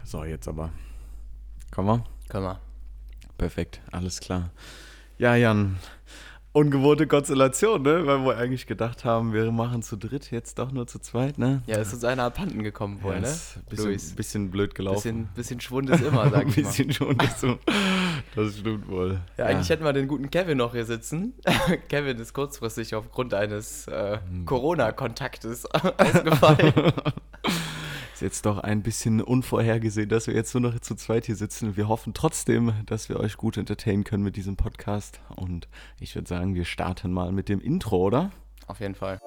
So, jetzt aber. Kommen wir? Können wir. Perfekt, alles klar. Ja, Jan, ungewohnte Konstellation, ne? Weil wir eigentlich gedacht haben, wir machen zu dritt, jetzt doch nur zu zweit, ne? Ja, ist uns einer abhanden gekommen wohl, ne? Ist bisschen blöd gelaufen. Bisschen Schwund ist immer, sag Ein ich mal. bisschen schon, das stimmt wohl. Ja, eigentlich hätten wir den guten Kevin noch hier sitzen. Kevin ist kurzfristig aufgrund eines Corona-Kontaktes ausgefallen. Ist jetzt doch ein bisschen unvorhergesehen, dass wir jetzt nur noch zu zweit hier sitzen. Wir hoffen trotzdem, dass wir euch gut entertainen können mit diesem Podcast. Und ich würde sagen, wir starten mal mit dem Intro, oder? Auf jeden Fall.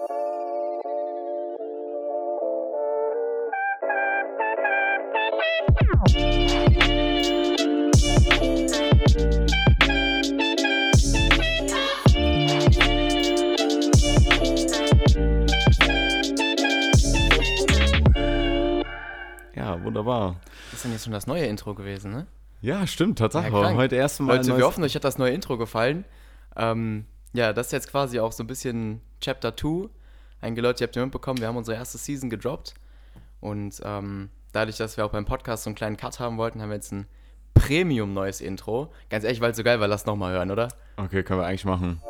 Ja, wunderbar. Das ist denn jetzt schon das neue Intro gewesen, ne? Ja, stimmt, Tatsache. Ja, krank. Heute erst Mal. Leute, wir hoffen, euch hat das neue Intro gefallen. Ja, das ist jetzt quasi auch so ein bisschen Chapter 2. Einige Leute, ihr habt ja mitbekommen, wir haben unsere erste Season gedroppt. Und dadurch, dass wir auch beim Podcast so einen kleinen Cut haben wollten, haben wir jetzt ein Premium-neues Intro. Ganz ehrlich, weil es so geil war, lass nochmal hören, oder? Okay, können wir eigentlich machen.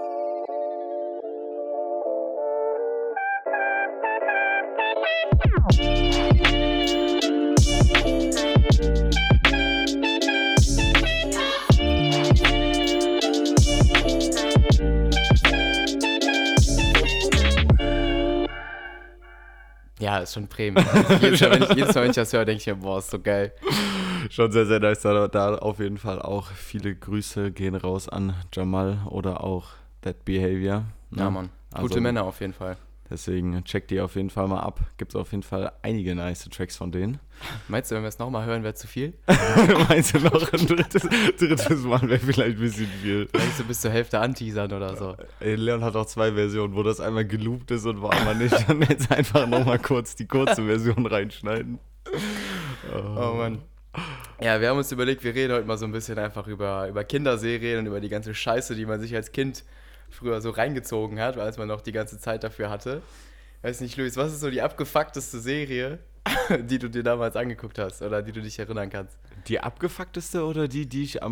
Ja, ist schon Premium. Also jedes Mal, wenn ich das höre, denke ich mir, boah, ist so geil. Schon sehr, sehr nice. Da auf jeden Fall auch viele Grüße gehen raus an Jamal oder auch That Behavior. Ja, Mann. Gute Also, Männer auf jeden Fall. Deswegen checkt die auf jeden Fall mal ab. Gibt es auf jeden Fall einige nice Tracks von denen. Meinst du, wenn wir es nochmal hören, wäre zu viel? Meinst du noch ein drittes Mal wäre vielleicht ein bisschen viel? Meinst du, bis zur Hälfte anteasern oder so? Leon hat auch 2 Versionen, wo das einmal geloopt ist und wo einmal nicht. Dann jetzt einfach nochmal kurz die kurze Version reinschneiden. Oh Mann. Ja, wir haben uns überlegt, wir reden heute mal so ein bisschen einfach über Kinderserien und über die ganze Scheiße, die man sich als Kind früher so reingezogen hat, als man noch die ganze Zeit dafür hatte. Weiß nicht, Luis, was ist so die abgefuckteste Serie, die du dir damals angeguckt hast oder die du dich erinnern kannst? Die abgefuckteste oder die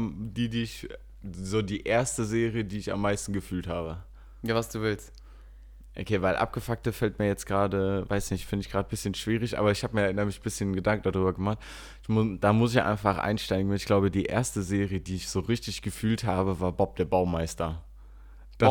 erste Serie, die ich am meisten gefühlt habe? Ja, was du willst. Okay, weil abgefuckte fällt mir jetzt gerade, weiß nicht, finde ich gerade ein bisschen schwierig, aber ich habe mir nämlich ein bisschen Gedanken darüber gemacht. Da muss ich einfach einsteigen, weil ich glaube, die erste Serie, die ich so richtig gefühlt habe, war Bob der Baumeister. Das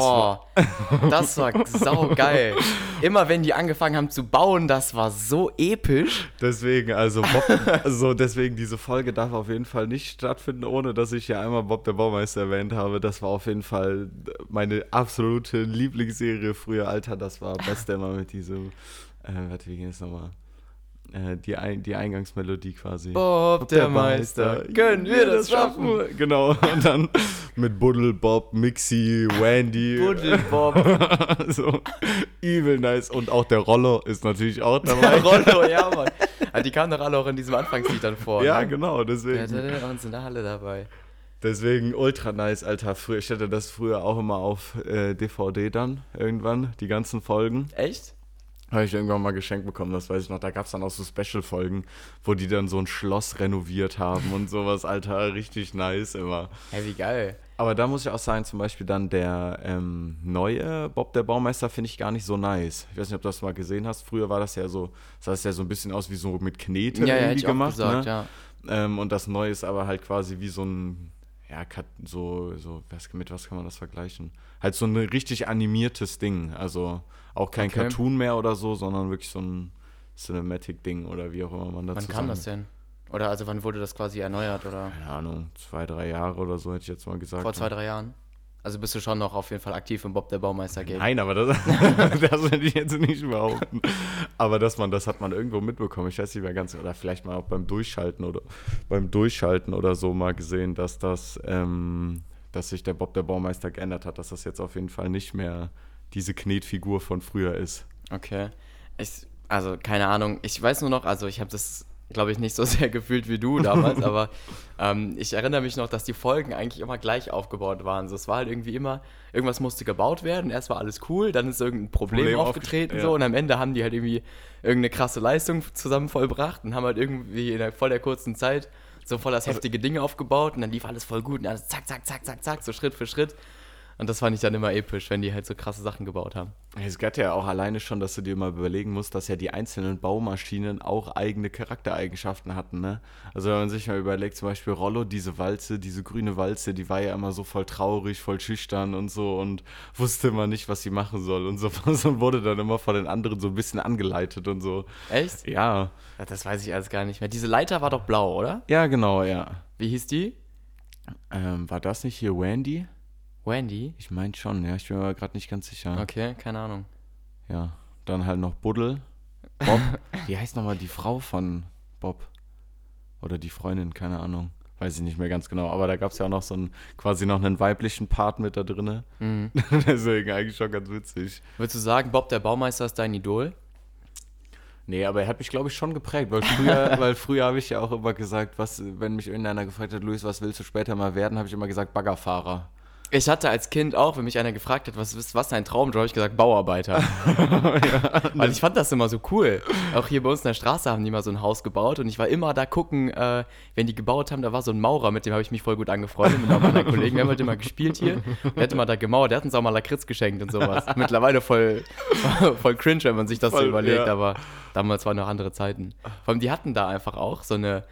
war saugeil. Immer wenn die angefangen haben zu bauen, das war so episch. Deswegen, deswegen, diese Folge darf auf jeden Fall nicht stattfinden, ohne dass ich hier einmal Bob der Baumeister erwähnt habe. Das war auf jeden Fall meine absolute Lieblingsserie früher, Alter. Das war beste immer mit diesem, wie ging es nochmal? Die Eingangsmelodie quasi. Bob der Meister, können wir das schaffen? Genau, und dann mit Buddel Bob, Mixi, Wendy. Buddel Bob. So, evil nice. Und auch der Rollo ist natürlich auch dabei. Der Rollo, ja, Mann. Also die kamen doch alle auch in diesem Anfangslied dann vor. Ja, ne? genau, deswegen. Ja, und sind da alle dabei. Deswegen ultra nice, Alter. Ich hatte das früher auch immer auf DVD dann, irgendwann, die ganzen Folgen. Echt? Habe ich irgendwann mal geschenkt bekommen, das weiß ich noch. Da gab es dann auch so Special-Folgen, wo die dann so ein Schloss renoviert haben und sowas, Alter. Richtig nice immer. Hey, wie geil. Aber da muss ich auch sagen, zum Beispiel dann der neue Bob der Baumeister finde ich gar nicht so nice. Ich weiß nicht, ob du das mal gesehen hast. Früher war das ja so, sah es ja so ein bisschen aus wie so mit Knete Ja, irgendwie hätte ich gemacht. auch gesagt, ne? ja. Und das neue ist aber halt quasi wie so ein, ja, mit was kann man das vergleichen? Halt so ein richtig animiertes Ding. Also auch kein Cartoon mehr oder so, sondern wirklich so ein Cinematic-Ding oder wie auch immer man dazu sagt. Wann kam das denn? Oder also wann wurde das quasi erneuert? Oder? Keine Ahnung, 2-3 Jahre oder so hätte ich jetzt mal gesagt. Vor 2-3 Jahren? Also bist du schon noch auf jeden Fall aktiv im Bob der Baumeister-Game? Nein, aber das würde ich jetzt nicht behaupten. Aber das hat man irgendwo mitbekommen. Ich weiß nicht mehr ganz, oder vielleicht mal auch beim Durchschalten oder so mal gesehen, dass sich der Bob der Baumeister geändert hat, dass das jetzt auf jeden Fall nicht mehr diese Knetfigur von früher ist. Okay. Also, keine Ahnung. Ich weiß nur noch, also ich habe das glaube ich, nicht so sehr gefühlt wie du damals, aber ich erinnere mich noch, dass die Folgen eigentlich immer gleich aufgebaut waren. So, es war halt irgendwie immer, irgendwas musste gebaut werden, erst war alles cool, dann ist irgendein Problem aufgetreten so, und am Ende haben die halt irgendwie irgendeine krasse Leistung zusammen vollbracht und haben halt irgendwie in voll der kurzen Zeit so voll das heftige Ding aufgebaut und dann lief alles voll gut und alles zack, zack, zack, zack, zack, so Schritt für Schritt. Und das fand ich dann immer episch, wenn die halt so krasse Sachen gebaut haben. Es geht ja auch alleine schon, dass du dir mal überlegen musst, dass ja die einzelnen Baumaschinen auch eigene Charaktereigenschaften hatten, ne? Also wenn man sich mal überlegt, zum Beispiel Rollo, diese Walze, diese grüne Walze, die war ja immer so voll traurig, voll schüchtern und so und wusste immer nicht, was sie machen soll und sowas und wurde dann immer von den anderen so ein bisschen angeleitet und so. Echt? Ja. Das weiß ich alles gar nicht mehr. Diese Leiter war doch blau, oder? Ja, genau, ja. Wie hieß die? War das nicht hier Wendy? Wendy? Ich meine schon, ja, ich bin mir gerade nicht ganz sicher. Okay, keine Ahnung. Ja, dann halt noch Buddel. Bob. Wie heißt nochmal die Frau von Bob? Oder die Freundin, keine Ahnung. Weiß ich nicht mehr ganz genau. Aber da gab es ja auch noch so einen, quasi noch einen weiblichen Part mit da drin. Mhm. Deswegen eigentlich schon ganz witzig. Würdest du sagen, Bob der Baumeister ist dein Idol? Nee, aber er hat mich, glaube ich, schon geprägt. Weil früher habe ich ja auch immer gesagt, wenn mich irgendeiner gefragt hat, Luis, was willst du später mal werden, habe ich immer gesagt, Baggerfahrer. Ich hatte als Kind auch, wenn mich einer gefragt hat, was ist dein Traumjob, habe ich gesagt, Bauarbeiter. Ja, weil ich fand das immer so cool. Auch hier bei uns in der Straße haben die mal so ein Haus gebaut und ich war immer da gucken, wenn die gebaut haben, da war so ein Maurer, mit dem habe ich mich voll gut angefreundet, mit einem anderen Kollegen. Wir haben halt immer gespielt hier. Der hat immer da gemauert, der hat uns auch mal Lakritz geschenkt und sowas. Mittlerweile voll cringe, wenn man sich das so überlegt, ja. Aber damals waren noch andere Zeiten. Vor allem, die hatten da einfach auch so eine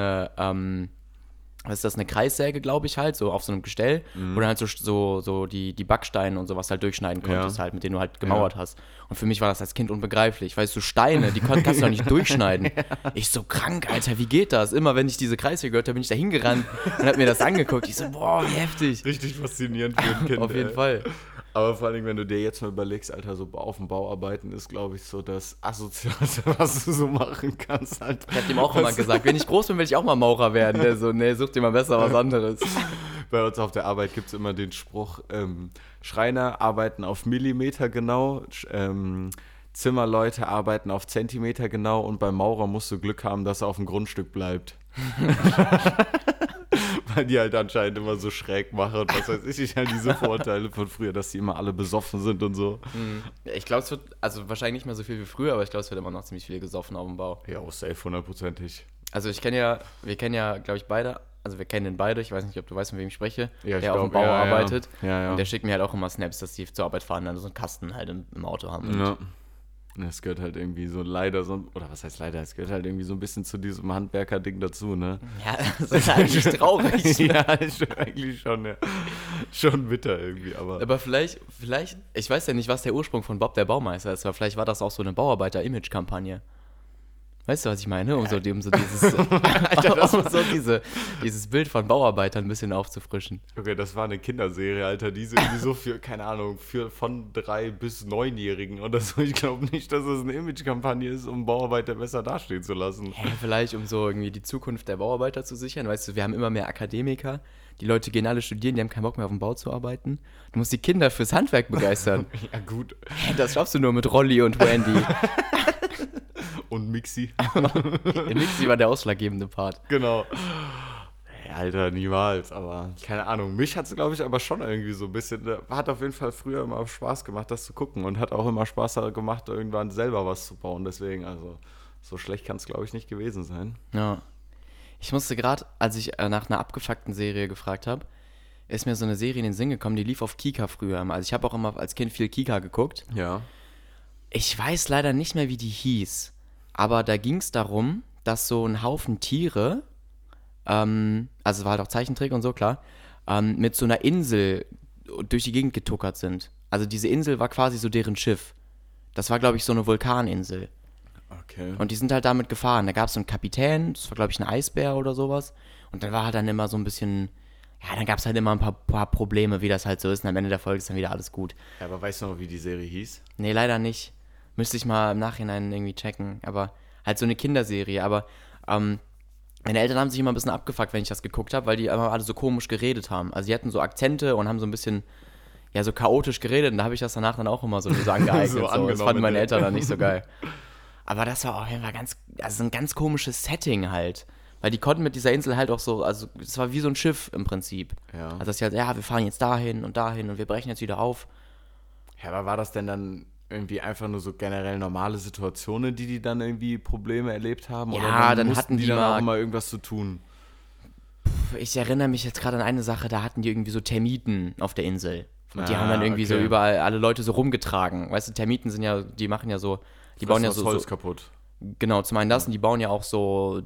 was ist das, eine Kreissäge, glaube ich halt, so auf so einem Gestell, wo du halt so die Backsteine und sowas halt durchschneiden konntest, halt, mit denen du halt gemauert hast. Und für mich war das als Kind unbegreiflich, weil so Steine, die kannst du doch nicht durchschneiden. Ich so, krank, Alter, wie geht das? Immer wenn ich diese Kreissäge gehört habe, bin ich da hingerannt und hab mir das angeguckt. Ich so, boah, wie heftig. Richtig faszinierend für ein Kind. Auf jeden Fall. Aber vor allem, wenn du dir jetzt mal überlegst, Alter, so auf dem Bau arbeiten ist, glaube ich, so das Asozialste, was du so machen kannst. Alter. Ich hab ihm auch immer gesagt, wenn ich groß bin, will ich auch mal Maurer werden. Der so, nee, such dir mal besser was anderes. Bei uns auf der Arbeit gibt es immer den Spruch, Schreiner arbeiten auf Millimeter genau, Zimmerleute arbeiten auf Zentimeter genau und beim Maurer musst du Glück haben, dass er auf dem Grundstück bleibt. Weil die halt anscheinend immer so schräg machen und was weiß ich halt diese Vorteile von früher, dass die immer alle besoffen sind und so. Ich glaube, es wird, also wahrscheinlich nicht mehr so viel wie früher, aber ich glaube, es wird immer noch ziemlich viel gesoffen auf dem Bau. Ja, safe, 100%. Also wir kennen ja, glaube ich, beide, also wir kennen den beide, ich weiß nicht, ob du weißt, von wem ich spreche, ja, der auf dem Bau arbeitet. Ja. Und der schickt mir halt auch immer Snaps, dass die zur Arbeit fahren, dann so einen Kasten halt im Auto haben. Und ja. Es gehört halt irgendwie so leider so, oder was heißt leider, es gehört halt irgendwie so ein bisschen zu diesem Handwerker-Ding dazu, ne? Ja, das ist eigentlich traurig. Ja, eigentlich schon, ja. Schon bitter irgendwie, aber... Aber vielleicht, ich weiß ja nicht, was der Ursprung von Bob der Baumeister ist, aber vielleicht war das auch so eine Bauarbeiter-Image-Kampagne. Weißt du, was ich meine? Um so dieses, dieses Bild von Bauarbeitern ein bisschen aufzufrischen. Okay, das war eine Kinderserie, Alter, die sind irgendwie so für, keine Ahnung, von 3- bis 9-Jährigen oder so. Ich glaube nicht, dass es eine Image-Kampagne ist, um Bauarbeiter besser dastehen zu lassen. Ja, vielleicht, um so irgendwie die Zukunft der Bauarbeiter zu sichern. Weißt du, wir haben immer mehr Akademiker. Die Leute gehen alle studieren, die haben keinen Bock mehr auf dem Bau zu arbeiten. Du musst die Kinder fürs Handwerk begeistern. Ja, gut. Das schaffst du nur mit Rolli und Wendy. Und Mixi. Mixi war der ausschlaggebende Part. Genau. Hey, Alter, niemals. Aber keine Ahnung. Mich hat es, glaube ich, aber schon irgendwie so ein bisschen... Hat auf jeden Fall früher immer Spaß gemacht, das zu gucken. Und hat auch immer Spaß gemacht, irgendwann selber was zu bauen. Deswegen, also, so schlecht kann es, glaube ich, nicht gewesen sein. Ja. Ich musste gerade, als ich nach einer abgefuckten Serie gefragt habe, ist mir so eine Serie in den Sinn gekommen, die lief auf Kika früher. Also ich habe auch immer als Kind viel Kika geguckt. Ja. Ich weiß leider nicht mehr, wie die hieß. Aber da ging es darum, dass so ein Haufen Tiere, also es war halt auch Zeichentrick und so, klar, mit so einer Insel durch die Gegend getuckert sind. Also diese Insel war quasi so deren Schiff. Das war, glaube ich, so eine Vulkaninsel. Okay. Und die sind halt damit gefahren. Da gab es so einen Kapitän, das war, glaube ich, ein Eisbär oder sowas. Und dann war halt dann immer so ein bisschen, ja, dann gab es halt immer ein paar Probleme, wie das halt so ist. Und am Ende der Folge ist dann wieder alles gut. Ja, aber weißt du noch, wie die Serie hieß? Nee, leider nicht. Müsste ich mal im Nachhinein irgendwie checken. Aber halt so eine Kinderserie. Aber meine Eltern haben sich immer ein bisschen abgefuckt, wenn ich das geguckt habe, weil die immer alle so komisch geredet haben. Also die hatten so Akzente und haben so ein bisschen, ja, so chaotisch geredet. Und da habe ich das danach dann auch immer so angeeignet. Das fanden meine Eltern dann nicht so geil. Aber das war auf jeden Fall ein ganz komisches Setting halt. Weil die konnten mit dieser Insel halt auch so, also es war wie so ein Schiff im Prinzip. Ja. Also dass sie halt, ja, wir fahren jetzt dahin und wir brechen jetzt wieder auf. Ja, aber war das denn dann irgendwie einfach nur so generell normale Situationen, die dann irgendwie Probleme erlebt haben? Ja, oder dann mussten hatten die dann mal- auch mal irgendwas zu tun? Ich erinnere mich jetzt gerade an eine Sache, da hatten die irgendwie so Termiten auf der Insel. Und die Ah, haben dann irgendwie so okay. überall alle Leute so rumgetragen. Weißt du, Termiten sind ja, die machen ja so, die bauen ja das so, Holz so kaputt. genau, zum einen das, und die bauen ja auch so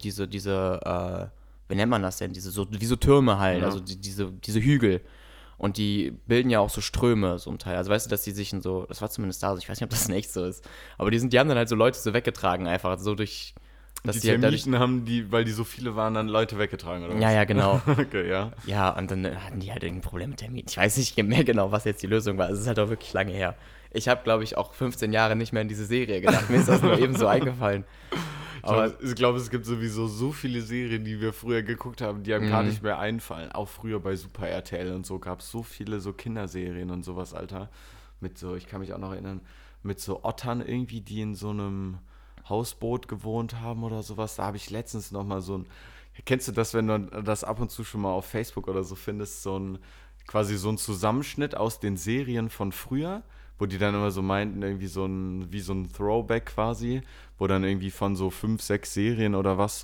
wie nennt man das denn? Wie so Türme halt, Ja. also diese Hügel. Und die bilden ja auch so Ströme, so ein Teil. Also weißt du, dass die sich in so, das war zumindest da so, ich weiß nicht, ob das in echt so ist, aber die haben dann halt so Leute so weggetragen einfach, so durch, dass Die die halt dadurch, Termiten haben die, weil die so viele waren, dann Leute weggetragen, oder was? ja, genau. Okay, ja. Ja, und dann hatten die halt irgendein Problem mit Termiten. Ich weiß nicht mehr genau, was jetzt die Lösung war. Es ist halt auch wirklich lange her. Ich habe, glaube ich, auch 15 Jahre nicht mehr in diese Serie gedacht. Mir ist das nur eben so eingefallen. Aber Ich glaube, es gibt sowieso so viele Serien, die wir früher geguckt haben, die einem gar nicht mehr einfallen. Auch früher bei Super RTL und so gab es so viele so Kinderserien und sowas, Alter. Mit so, ich kann mich auch noch erinnern, mit so Ottern irgendwie, die in so einem Hausboot gewohnt haben oder sowas. Da habe ich letztens noch mal so ein, kennst du das, wenn du das ab und zu schon mal auf Facebook oder so findest, quasi so ein Zusammenschnitt aus den Serien von früher, wo die dann immer so meinten, irgendwie wie so ein Throwback quasi, wo dann irgendwie von so 5, 6 Serien oder was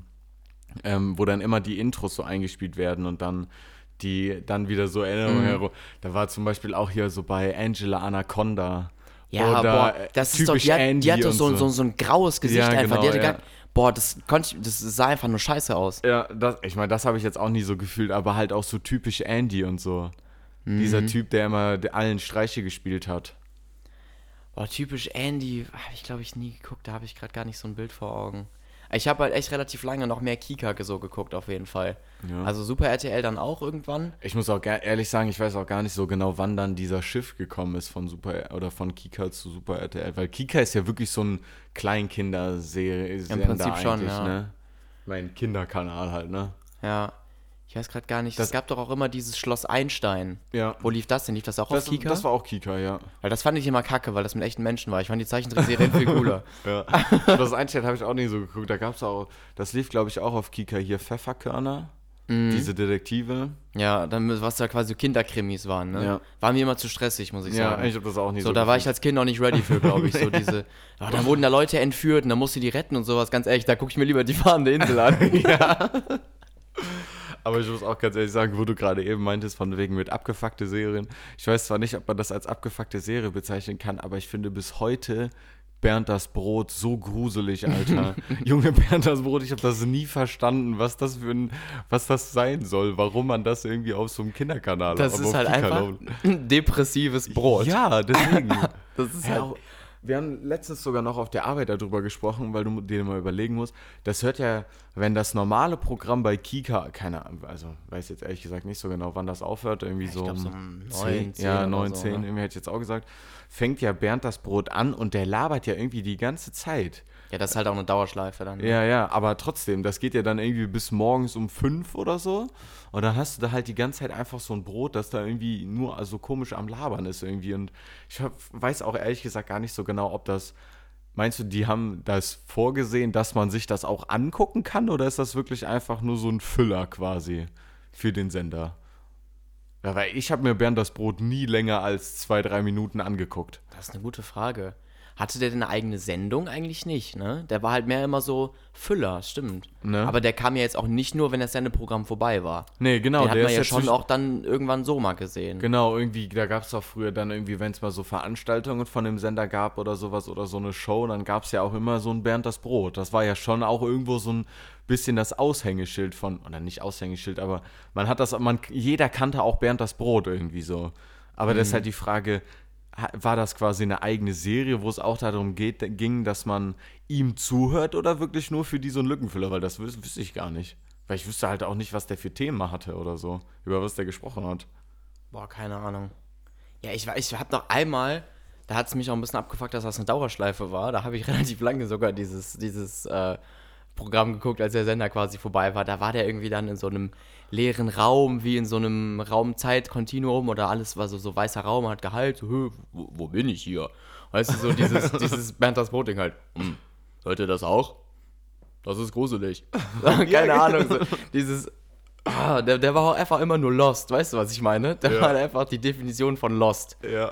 wo dann immer die Intros so eingespielt werden und dann wieder so Erinnerungen herum. Da war zum Beispiel auch hier so bei Angela Anaconda. ja, oder boah, das ist doch, typisch die hat doch und so ein graues Gesicht Ja, einfach. genau, Die hatte ja. boah, das sah einfach nur scheiße aus. Ja, ich meine, das habe ich jetzt auch nie so gefühlt, aber halt auch so typisch Andy und so. Dieser Typ, der immer allen Streiche gespielt hat. Boah, typisch Andy, habe ich glaube ich nie geguckt, da habe ich gerade gar nicht so ein Bild vor Augen. Ich habe halt echt relativ lange noch mehr Kika so geguckt, auf jeden Fall. Ja. Also Super RTL dann auch irgendwann. Ich muss auch ehrlich sagen, ich weiß auch gar nicht so genau, wann dann dieser Shift gekommen ist von Kika zu Super RTL, weil Kika ist ja wirklich so ein Kleinkinderserie. Im Prinzip schon, ja. Ne? Mein Kinderkanal halt, ne? Ja, ich weiß gerade gar nicht. Es gab doch auch immer dieses Schloss Einstein. Ja. Wo lief das denn? Lief das auch auf Kika? Das war auch Kika, ja. Weil das fand ich immer kacke, weil das mit echten Menschen war. Ich fand die Zeichentrickserien viel cooler. Ja. Das Einstein habe ich auch nie so geguckt. Da gab es auch, das lief glaube ich auch auf Kika hier, Pfefferkörner, diese Detektive. Ja, dann, was da quasi so Kinderkrimis waren, ne? Ja. War mir immer zu stressig, muss ich sagen. Ich habe das auch nie so So, da war ich gefühlt. als Kind noch nicht ready für, glaube ich. So diese, dann wurden da Leute entführt und dann musste die retten und sowas. Ganz ehrlich, da gucke ich mir lieber die fahrende Insel an. Aber ich muss auch ganz ehrlich sagen, wo du gerade eben meintest, von wegen mit abgefuckte Serien. Ich weiß zwar nicht, ob man das als abgefuckte Serie bezeichnen kann, aber ich finde bis heute Bernd das Brot so gruselig, Alter. Junge, Bernd das Brot, ich habe das nie verstanden, was das sein soll, warum man das irgendwie auf so einem Kinderkanal Das ist auf halt Kika einfach läuft. ein depressives Brot. Ja, deswegen. Das ist Ja, halt. auch- wir haben letztens sogar noch auf der Arbeit darüber gesprochen, weil du dir mal überlegen musst, das hört ja, wenn das normale Programm bei Kika, keine Ahnung, also weiß jetzt ehrlich gesagt nicht so genau, wann das aufhört, irgendwie so glaub, so um 9, 10 ja, oder 9, so, 10, ne? irgendwie hätte ich jetzt auch gesagt, fängt ja Bernd das Brot an und der labert ja irgendwie die ganze Zeit. Ja, das ist halt auch eine Dauerschleife dann. Ne? Ja, aber trotzdem, das geht ja dann irgendwie bis morgens um 5 oder so. Und dann hast du da halt die ganze Zeit einfach so ein Brot, das da irgendwie nur also komisch am Labern ist irgendwie. Und weiß auch ehrlich gesagt gar nicht so genau, ob das, meinst du, die haben das vorgesehen, dass man sich das auch angucken kann? Oder ist das wirklich einfach nur so ein Füller quasi für den Sender? Ja, weil ich habe mir Bernd das Brot nie länger als 2, 3 Minuten angeguckt. Das ist eine gute Frage. Hatte der denn eine eigene Sendung? Eigentlich nicht, ne? Der war halt mehr immer so Füller, stimmt. Ne? Aber der kam ja jetzt auch nicht nur, wenn das Sendeprogramm vorbei war. Nee, genau. Den hat der man ist ja jetzt schon zwischen- auch dann irgendwann so mal gesehen. Genau, irgendwie, da gab es auch früher dann irgendwie, wenn es mal so Veranstaltungen von dem Sender gab oder sowas oder so eine Show, dann gab es ja auch immer so ein Bernd das Brot. Das war ja schon auch irgendwo so ein bisschen das Aushängeschild von, oder nicht Aushängeschild, aber jeder kannte auch Bernd das Brot irgendwie so. Aber das ist halt die Frage, war das quasi eine eigene Serie, wo es auch darum ging, dass man ihm zuhört oder wirklich nur für die so einen Lückenfüller? Weil das wüsste ich gar nicht. Weil ich wüsste halt auch nicht, was der für Themen hatte oder so, über was der gesprochen hat. Boah, keine Ahnung. Ja, ich hab noch einmal, da hat es mich auch ein bisschen abgefuckt, dass das eine Dauerschleife war. Da habe ich relativ lange sogar dieses Programm geguckt, als der Sender quasi vorbei war. Da war der irgendwie dann in so einem leeren Raum, wie in so einem Raum-Zeit-Kontinuum oder alles war so weißer Raum, hat Gehalt, so, wo bin ich hier? Weißt du, so dieses Bernd das Brot-Ding halt. Hört ihr das auch? Das ist gruselig. Keine Ahnung. So, dieses... der war auch einfach immer nur Lost. Weißt du, was ich meine? Der war einfach die Definition von Lost. Ja.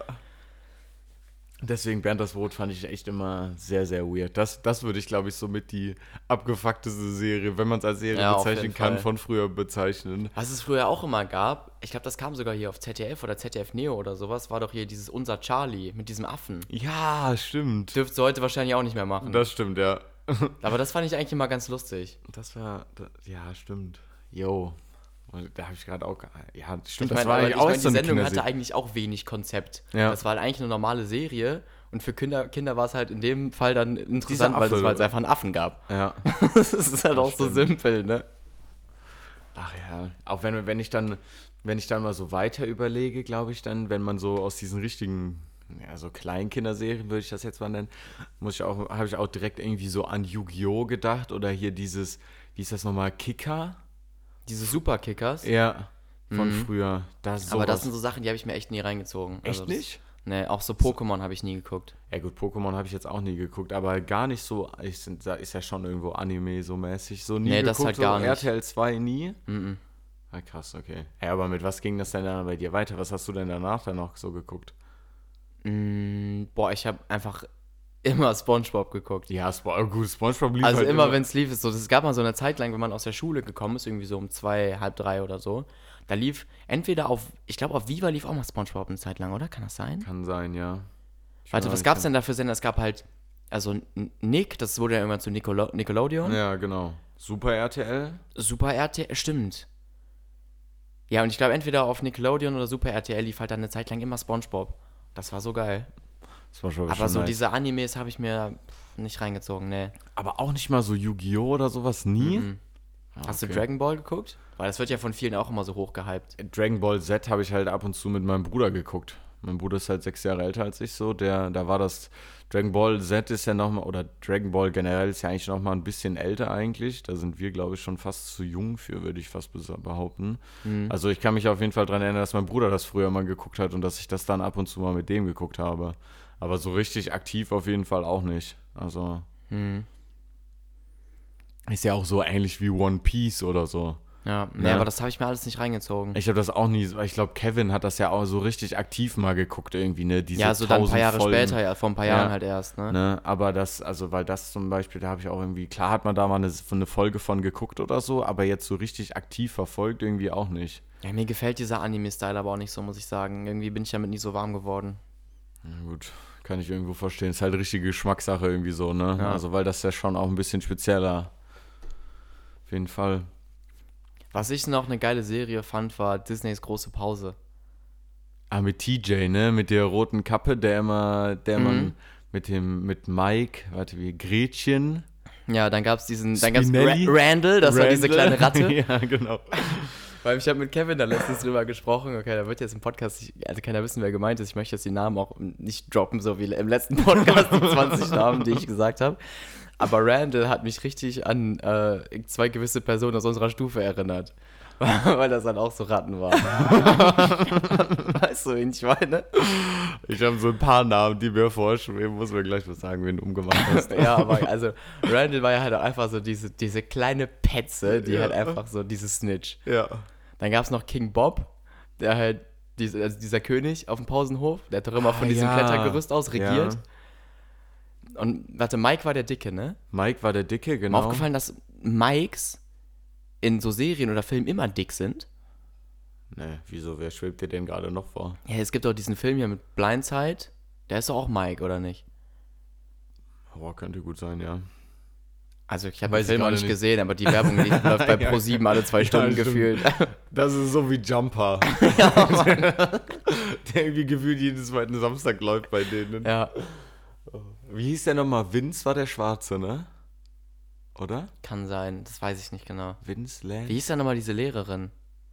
Deswegen Bernd das Brot fand ich echt immer sehr, sehr weird. Das würde ich, glaube ich, so mit die abgefuckteste Serie, wenn man es als Serie bezeichnen kann, von früher bezeichnen. Was es früher auch immer gab, ich glaube, das kam sogar hier auf ZDF oder ZDF Neo oder sowas, war doch hier dieses Unser Charlie mit diesem Affen. Ja, stimmt. Dürftest du heute wahrscheinlich auch nicht mehr machen. Das stimmt, ja. Aber das fand ich eigentlich immer ganz lustig. Ja, stimmt. Jo. Da habe ich gerade auch, ja, stimmt, Ich das mein, war eigentlich auch die so eine Sendung hatte Kinderserie. eigentlich auch wenig Konzept. Ja. Das war halt eigentlich eine normale Serie und für Kinder war es halt in dem Fall dann interessant, Dieser weil Affe, es einfach einen Affen gab. Ja. Das ist halt Das auch so stimmt. simpel, ne? Ach ja, auch wenn ich dann mal so weiter überlege, glaube ich dann, wenn man so aus diesen richtigen, ja, so Kleinkinderserien, würde ich das jetzt mal nennen, habe ich auch direkt irgendwie so an Yu-Gi-Oh! Gedacht oder hier dieses, wie ist das nochmal, Kicker? Diese Superkickers. Ja, von früher. Aber das sind so Sachen, die habe ich mir echt nie reingezogen. Echt das, nicht? Nee, auch so Pokémon habe ich nie geguckt. Ja gut, Pokémon habe ich jetzt auch nie geguckt, aber gar nicht so, ist ja schon irgendwo Anime so mäßig, so nie Nee, geguckt, das halt so gar nicht. RTL 2 nie? Mhm. Ah, krass, okay. Ja, aber mit was ging das denn dann bei dir weiter? Was hast du denn danach dann noch so geguckt? Boah, ich habe einfach immer SpongeBob geguckt. Ja, gut, SpongeBob lief Also halt immer, wenn es lief, ist so. Es gab mal so eine Zeit lang, wenn man aus der Schule gekommen ist, irgendwie so um 2, halb 3 oder so. Da lief entweder ich glaube auf Viva lief auch mal SpongeBob eine Zeit lang, oder? Kann das sein? Kann sein, ja. Warte, was gab's denn da für Sender? Es gab halt, also Nick, das wurde ja irgendwann zu Nickelodeon. Ja, genau. Super RTL? Super RTL, stimmt. Ja, und ich glaube, entweder auf Nickelodeon oder Super RTL lief halt dann eine Zeit lang immer SpongeBob. Das war so geil. SpongeBob ist Aber schon so nice. diese Animes habe ich mir nicht reingezogen, ne. Aber auch nicht mal so Yu-Gi-Oh! Oder sowas, nie? Mhm. Ah, Hast du okay. Dragon Ball geguckt? Weil das wird ja von vielen auch immer so hochgehypt. Dragon Ball Z habe ich halt ab und zu mit meinem Bruder geguckt. Mein Bruder ist halt 6 Jahre älter als ich so. Da war das, Dragon Ball Z ist ja nochmal, oder Dragon Ball generell ist ja eigentlich nochmal ein bisschen älter eigentlich. Da sind wir, glaube ich, schon fast zu jung für, würde ich fast behaupten. Also ich kann mich auf jeden Fall daran erinnern, dass mein Bruder das früher mal geguckt hat und dass ich das dann ab und zu mal mit dem geguckt habe. Aber so richtig aktiv auf jeden Fall auch nicht. Also ist ja auch so ähnlich wie One Piece oder so. Ja, nee, Ja. aber das habe ich mir alles nicht reingezogen. Ich habe das auch nie, ich glaube, Kevin hat das ja auch so richtig aktiv mal geguckt irgendwie, ne? Diese Ja, so dann ein paar 1000 Jahre Folgen, später, ja, vor ein paar Jahren Ja. halt erst, ne? ne? Aber das, also weil das zum Beispiel, da habe ich auch irgendwie, klar hat man da mal eine Folge von geguckt oder so, aber jetzt so richtig aktiv verfolgt irgendwie auch nicht. Ja, mir gefällt dieser Anime-Style aber auch nicht so, muss ich sagen. Irgendwie bin ich damit nie so warm geworden. Na gut, kann ich irgendwo verstehen. Ist halt richtige Geschmackssache irgendwie so, ne? Ja. Also weil das ja schon auch ein bisschen spezieller. Auf jeden Fall. Was ich noch eine geile Serie fand, war Disneys große Pause. Ah, mit TJ, ne? Mit der roten Kappe, der man mit Mike, warte, wie, Gretchen. Ja, dann gab's Spinelli? Randall, das war diese kleine Ratte. Ja, genau. Weil ich habe mit Kevin da letztens drüber gesprochen. Okay, da wird jetzt im Podcast, also keiner wissen, wer gemeint ist. Ich möchte jetzt die Namen auch nicht droppen, so wie im letzten Podcast, die 20 Namen, die ich gesagt habe. Aber Randall hat mich richtig an 2 gewisse Personen aus unserer Stufe erinnert. Weil das dann auch so Ratten waren. Weißt du, wen ich meine? Ich habe so ein paar Namen, die mir vorschweben. Muss mir gleich was sagen, wen du umgemacht hast. Ja, aber also Randall war ja halt auch einfach so diese kleine Petze, die halt einfach so dieses Snitch. Ja. Dann gab es noch King Bob, der halt, also dieser König auf dem Pausenhof, der hat doch immer von diesem ja. Klettergerüst aus regiert. Ja. Und warte, Mike war der Dicke, ne? Mike war der Dicke, Mir genau. aufgefallen, dass Mikes in so Serien oder Filmen immer dick sind. Ne, wieso, wer schwebt dir denn gerade noch vor? Ja, es gibt auch diesen Film hier mit Blindside, der ist doch auch Mike, oder nicht? Oh, könnte gut sein, ja. Also ich habe den Weiß ich Film auch gerade nicht nicht. gesehen, aber die Werbung die läuft bei Ja. Pro7 alle 2 Stunden stimmt. gefühlt. Das ist so wie Jumper. Der irgendwie gefühlt jeden zweiten Samstag läuft bei denen. Ja, Wie hieß der nochmal? Vince war der Schwarze, ne? Oder? kann sein, das weiß ich nicht genau. Vince Land? Wie hieß denn nochmal diese Lehrerin?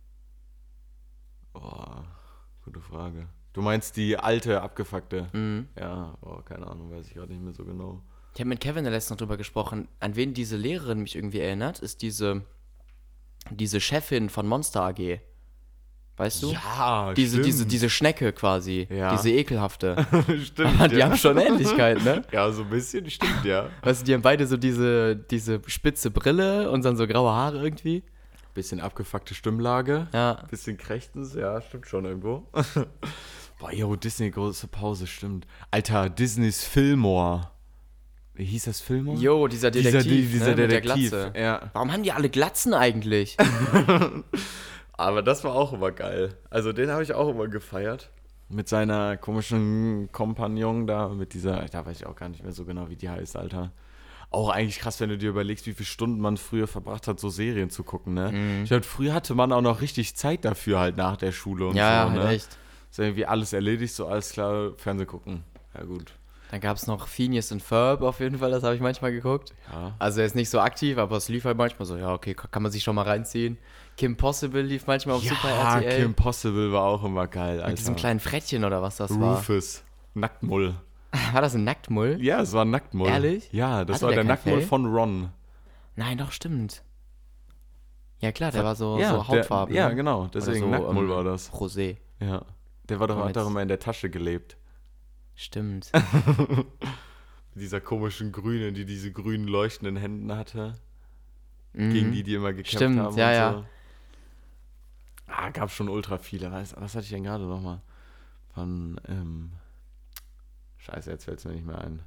Oh, gute Frage. Du meinst die alte, abgefuckte? Mhm. Ja, keine Ahnung, weiß ich gerade nicht mehr so genau. Ich habe mit Kevin letztens noch drüber gesprochen, an wen diese Lehrerin mich irgendwie erinnert, ist diese Chefin von Monster AG. Weißt du? Ja, Diese Schnecke quasi. Ja. Diese ekelhafte. Stimmt. Die haben schon Ähnlichkeit, ne? Ja, so ein bisschen, stimmt, ja. Weißt du, die haben beide so diese spitze Brille und dann so graue Haare irgendwie. Bisschen abgefuckte Stimmlage. Ja. Bisschen krächtens, ja, stimmt schon irgendwo. Boah, jo, Disney, große Pause, stimmt. Alter, Disneys Fillmore. Wie hieß das, Fillmore? Jo, dieser Detektiv, dieser ne, Detektiv, mit der Glatze. ja. Warum haben die alle Glatzen eigentlich? Aber das war auch immer geil. Also den habe ich auch immer gefeiert. Mit seiner komischen Kompagnon da, mit dieser, da weiß ich auch gar nicht mehr so genau, wie die heißt, Alter. Auch eigentlich krass, wenn du dir überlegst, wie viele Stunden man früher verbracht hat, so Serien zu gucken, ne? Ich glaube, früher hatte man auch noch richtig Zeit dafür, halt nach der Schule und Ja, so, halt ne? echt. Ist irgendwie alles erledigt, so alles klar, Fernsehen gucken. Ja, gut. Dann gab es noch Phineas und Ferb auf jeden Fall, das habe ich manchmal geguckt. Ja. Also er ist nicht so aktiv, aber es lief halt manchmal so, ja, okay, kann man sich schon mal reinziehen. Kim Possible lief manchmal auf Super RTL. Kim Possible war auch immer geil, Alter. Mit diesem kleinen Frettchen oder was das war. Rufus. Nacktmull. War das ein Nacktmull? Ja, es war ein Nacktmull. Ehrlich? Ja, das Hatte war der der kein Nacktmull Fell? von Ron. Nein, doch, stimmt. Ja klar, der war so Ja, Hautfarben. ja, ne? genau, deswegen Oder so, Nacktmull war das. Rosé. Ja. Der war doch, Und hat doch jetzt- immer in der Tasche gelebt. Stimmt. Mit dieser komischen Grünen, die diese grünen leuchtenden Händen hatte. Gegen die immer gekämpft Stimmt, haben ja, und ja. so. Gab schon ultra viele. Was hatte ich denn gerade nochmal? Von, Scheiße, jetzt fällt es mir nicht mehr ein.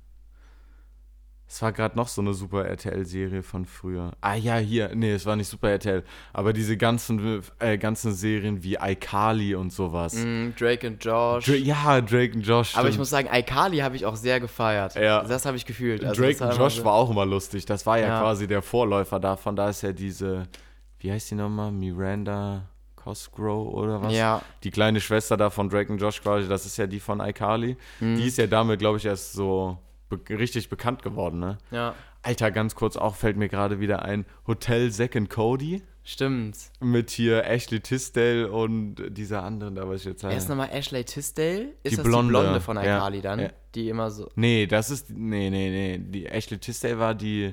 Es war gerade noch so eine Super RTL-Serie von früher. Ja, hier. Nee, es war nicht Super RTL. Aber diese ganzen Serien wie iCarly und sowas. Drake und Josh. Drake und Josh. Aber ich stimmt. muss sagen, iCarly habe ich auch sehr gefeiert. Ja. Das habe ich gefühlt. Also Drake das und Josh war auch immer lustig. Das war ja Ja. quasi der Vorläufer davon. Da ist ja diese, wie heißt die nochmal? Miranda Cosgrove oder was? Ja. Die kleine Schwester da von Drake und Josh quasi, das ist ja die von iCarly. Die ist ja damit, glaube ich, erst so richtig bekannt geworden, ne? Ja, Alter, ganz kurz auch fällt mir gerade wieder ein Hotel Zack and Cody stimmt. mit hier Ashley Tisdale und dieser anderen, da weiß ich jetzt Wer ist nochmal Ashley Tisdale? Ist Die das Blonde. die Blonde von Ja. iCarly dann? Ja. Die immer so... Nee, das ist. Nee. Die Ashley Tisdale war die.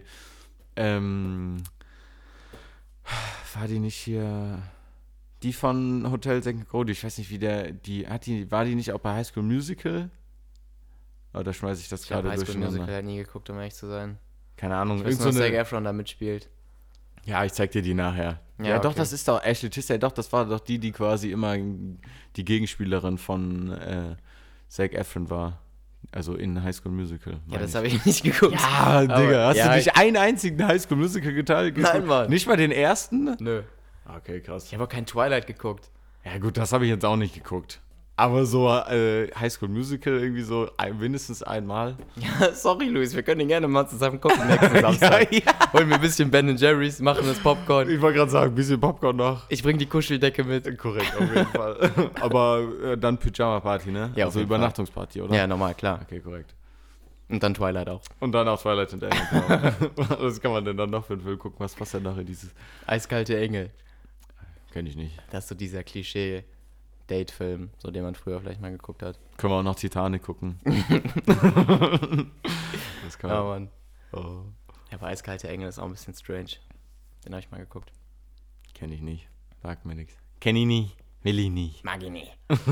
War die nicht hier. Die von Hotel Zack and Cody. Ich weiß nicht, wie war die nicht auch bei High School Musical? Oder schmeiße ich das Ich habe gerade High School durcheinander? Musical halt nie geguckt, um ehrlich zu sein. Keine Ahnung. Ich weiß Irgend nur, so dass Zac eine, Efron da mitspielt. ja, ich zeig dir die nachher. Ja, Ja, doch, okay. das ist doch Ashley Tisdale. Doch, das war doch die quasi immer die Gegenspielerin von Zac Efron war. Also in High School Musical. Ja, meine das ich. habe ich nicht geguckt. Ja, Digga, hast ja, du nicht einen einzigen High School Musical geteilt? Nein, Mann. Nicht mal den ersten? Nö. Okay, krass. Ich habe auch kein Twilight geguckt. Ja gut, das habe ich jetzt auch nicht geguckt. Aber so High School Musical irgendwie so mindestens einmal. Ja, sorry, Luis, wir können den gerne mal zusammen gucken nächsten Samstag. Holen wir ein bisschen Ben Jerry's, machen das Popcorn. Ich wollte gerade sagen, ein bisschen Popcorn noch. Ich bring die Kuscheldecke mit. Korrekt, auf jeden Fall. Aber dann Pyjama-Party, ne? Ja, auf also jeden Fall. Übernachtungsparty, oder? Ja, normal, klar. Okay, korrekt. Und dann Twilight auch. Und dann auch Twilight hinterher. Genau. Was kann man denn dann noch für einen Film gucken? Was passt denn noch in dieses... Eiskalte Engel. Kenn ich nicht. Das ist so dieser Klischee-Date-Film, so den man früher vielleicht mal geguckt hat. Können wir auch noch Titanic gucken. Das kann Ja, man. Mann. Oh. Ja, aber Eiskalte Engel ist auch ein bisschen strange. Den habe ich mal geguckt. Kenn ich nicht. Sagt mir nichts. Kenn ich nicht. Will ich nicht. Mag ich nie.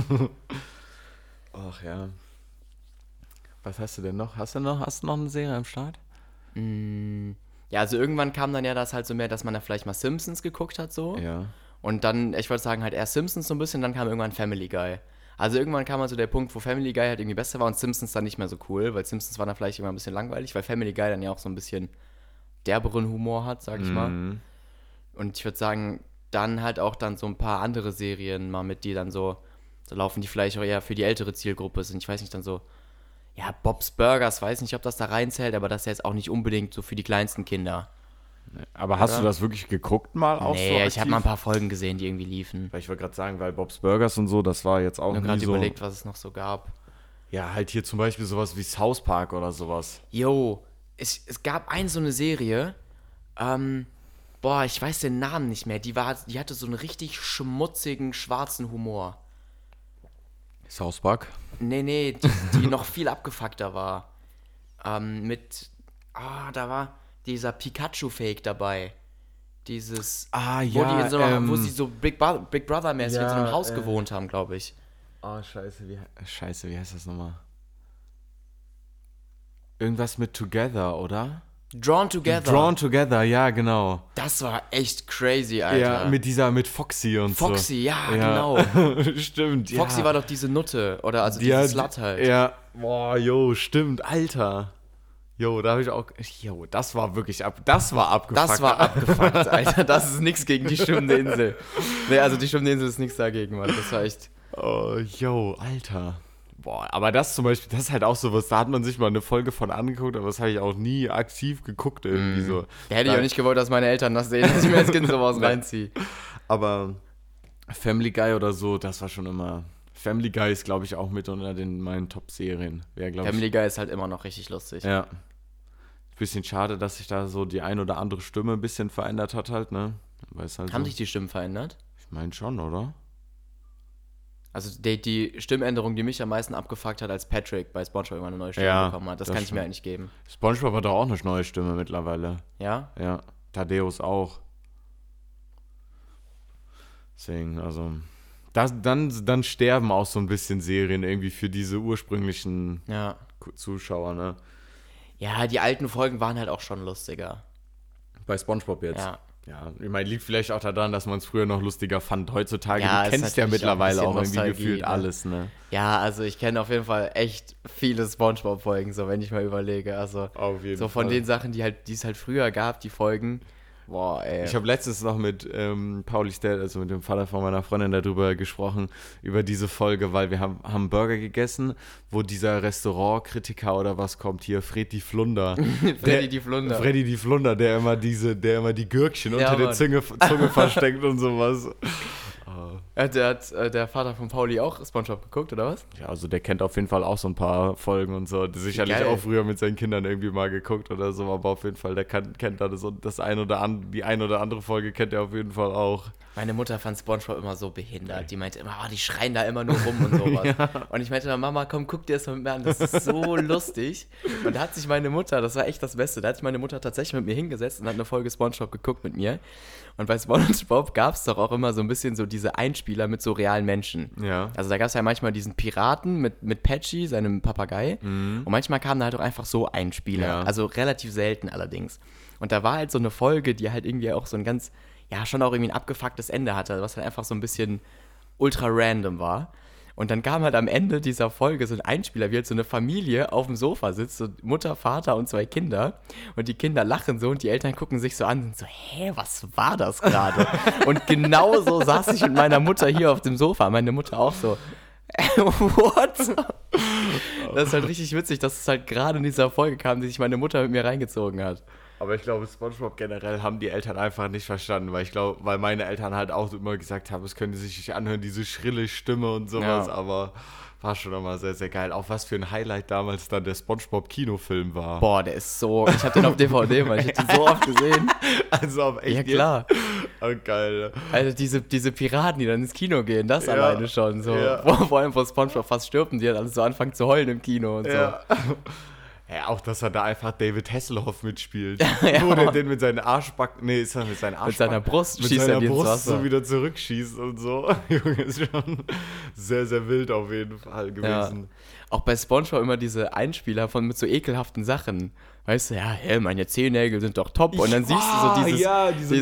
Ach ja. Was hast du denn noch? Hast du noch eine Serie am Start? Ja, also irgendwann kam dann ja das halt so mehr, dass man da vielleicht mal Simpsons geguckt hat so. Ja. Und dann, ich wollte sagen, halt erst Simpsons so ein bisschen, dann kam irgendwann Family Guy. Also irgendwann kam also der Punkt, wo Family Guy halt irgendwie besser war und Simpsons dann nicht mehr so cool, weil Simpsons war dann vielleicht immer ein bisschen langweilig, weil Family Guy dann ja auch so ein bisschen derberen Humor hat, sag ich mal. Und ich würde sagen, dann halt auch dann so ein paar andere Serien mal mit, die dann so laufen, die vielleicht auch eher für die ältere Zielgruppe sind. Ich weiß nicht, dann so, ja, Bob's Burgers, weiß nicht, ob das da reinzählt, aber das ist ja jetzt auch nicht unbedingt so für die kleinsten Kinder. Aber hast Oder? du das wirklich geguckt mal auch so Nee, ich aktiv? habe mal ein paar Folgen gesehen, die irgendwie liefen. Weil ich wollte gerade sagen, weil Bob's Burgers und so, das war jetzt auch Ich habe nie gerade so... überlegt, was es noch so gab. Ja, halt hier zum Beispiel sowas wie South Park oder sowas. Jo, es gab so eine Serie, ich weiß den Namen nicht mehr, die hatte so einen richtig schmutzigen, schwarzen Humor. South Park? Nee, die noch viel abgefuckter war. Da war dieser Pikachu-Fake dabei. Dieses, ja, wo sie so Big Brother-mäßig in so einem Haus gewohnt haben, glaube ich. Oh, scheiße, wie heißt das nochmal? Irgendwas mit Together, oder? Drawn Together, ja, genau. Das war echt crazy, Alter. Ja, mit Foxy und Foxy, so. genau. Stimmt, Foxy war doch diese Nutte, oder also diese Slut halt. Ja, boah, stimmt, Alter. Da habe ich auch, das war wirklich das war abgefuckt. Das war abgefuckt, Alter. Das ist nichts gegen die Stimmende Insel. Nee, also die Stimmende Insel ist nichts dagegen, Mann. Das war echt... Oh, Alter. Boah, aber das zum Beispiel, das ist halt auch sowas, da hat man sich mal eine Folge von angeguckt, aber das habe ich auch nie aktiv geguckt irgendwie so. Da hätte ich auch nicht gewollt, dass meine Eltern das sehen, dass ich mir als Kind sowas reinziehe. Aber Family Guy oder so, das war schon immer... Family Guy ist, glaube ich, auch mit unter meinen Top-Serien. Family Guy ist halt immer noch richtig lustig. Ja. Bisschen schade, dass sich da so die ein oder andere Stimme ein bisschen verändert hat halt, ne? Haben sich die Stimmen verändert? Ich meine schon, oder? Also die Stimmänderung, die mich am meisten abgefuckt hat, als Patrick bei SpongeBob immer eine neue Stimme bekommen hat, das kann ich mir eigentlich geben. SpongeBob hat doch auch eine neue Stimme mittlerweile. Ja? Ja, Thaddeus auch. Deswegen, also... Dann sterben auch so ein bisschen Serien irgendwie für diese ursprünglichen Zuschauer, ne? Ja, die alten Folgen waren halt auch schon lustiger. Bei SpongeBob jetzt? Ja, ich meine, liegt vielleicht auch daran, dass man es früher noch lustiger fand. Heutzutage, du kennst ja mittlerweile auch irgendwie gefühlt alles, ne? Ja, also ich kenne auf jeden Fall echt viele SpongeBob-Folgen, so wenn ich mal überlege. Also auf jeden so von Fall. Den Sachen, die es halt früher gab, die Folgen. Boah, ey. Ich habe letztens noch mit Pauli Stell, also mit dem Vater von meiner Freundin, darüber gesprochen, über diese Folge, weil wir haben Burger gegessen, wo dieser Restaurantkritiker oder was kommt hier, Freddy Flunder. Freddy die Flunder, der immer die Gürkchen unter der Zunge versteckt und sowas. Hat der Vater von Pauli auch SpongeBob geguckt, oder was? Ja, also der kennt auf jeden Fall auch so ein paar Folgen und so. Sicherlich auch früher mit seinen Kindern irgendwie mal geguckt oder so, aber auf jeden Fall, der kennt da die ein oder andere Folge kennt er auf jeden Fall auch. Meine Mutter fand SpongeBob immer so behindert. Die meinte immer, die schreien da immer nur rum und sowas. Und ich meinte, Mama, komm, guck dir das mal mit mir an, das ist so lustig. Und da hat sich meine Mutter, das war echt das Beste, da hat sich meine Mutter tatsächlich mit mir hingesetzt und hat eine Folge SpongeBob geguckt mit mir. Und bei SpongeBob gab es doch auch immer so ein bisschen so diese Einspieler mit so realen Menschen. Ja. Also da gab es ja manchmal diesen Piraten mit Patchy, seinem Papagei. Und manchmal kamen da halt auch einfach so Einspieler. Ja. Also relativ selten allerdings. Und da war halt so eine Folge, die halt irgendwie auch so ein ganz, schon auch irgendwie ein abgefucktes Ende hatte, was halt einfach so ein bisschen ultra random war. Und dann kam halt am Ende dieser Folge so ein Einspieler, wie halt so eine Familie auf dem Sofa sitzt, so Mutter, Vater und 2 Kinder. Und die Kinder lachen so und die Eltern gucken sich so an und so, was war das gerade? Und genau so saß ich mit meiner Mutter hier auf dem Sofa. Meine Mutter auch so, what? Das ist halt richtig witzig, dass es halt gerade in dieser Folge kam, die sich meine Mutter mit mir reingezogen hat. Aber ich glaube, SpongeBob generell haben die Eltern einfach nicht verstanden, weil meine Eltern halt auch immer gesagt haben, es können sich nicht anhören, diese schrille Stimme und sowas, aber war schon immer sehr, sehr geil. Auch was für ein Highlight damals dann der SpongeBob-Kinofilm war. Boah, der ist so, ich hab den auf DVD, weil ich hab den so oft gesehen. Also auf echt? Ja, klar. Oh, geil. Also diese Piraten, die dann ins Kino gehen, das alleine schon so. Vor allem, wo SpongeBob fast stirbt und die dann alles so anfangen zu heulen im Kino und so. Ja, auch, dass er da einfach David Hasselhoff mitspielt. Wo der den mit seinen Arschbacken, ist das mit seinen Arschbacken? Mit seiner Brust schießt er ins Wasser. So wieder zurückschießt und so. Junge, ist schon sehr, sehr wild auf jeden Fall gewesen. Ja. Auch bei SpongeBob immer diese Einspieler mit so ekelhaften Sachen. Weißt du, meine Zehennägel sind doch top. Und dann siehst du so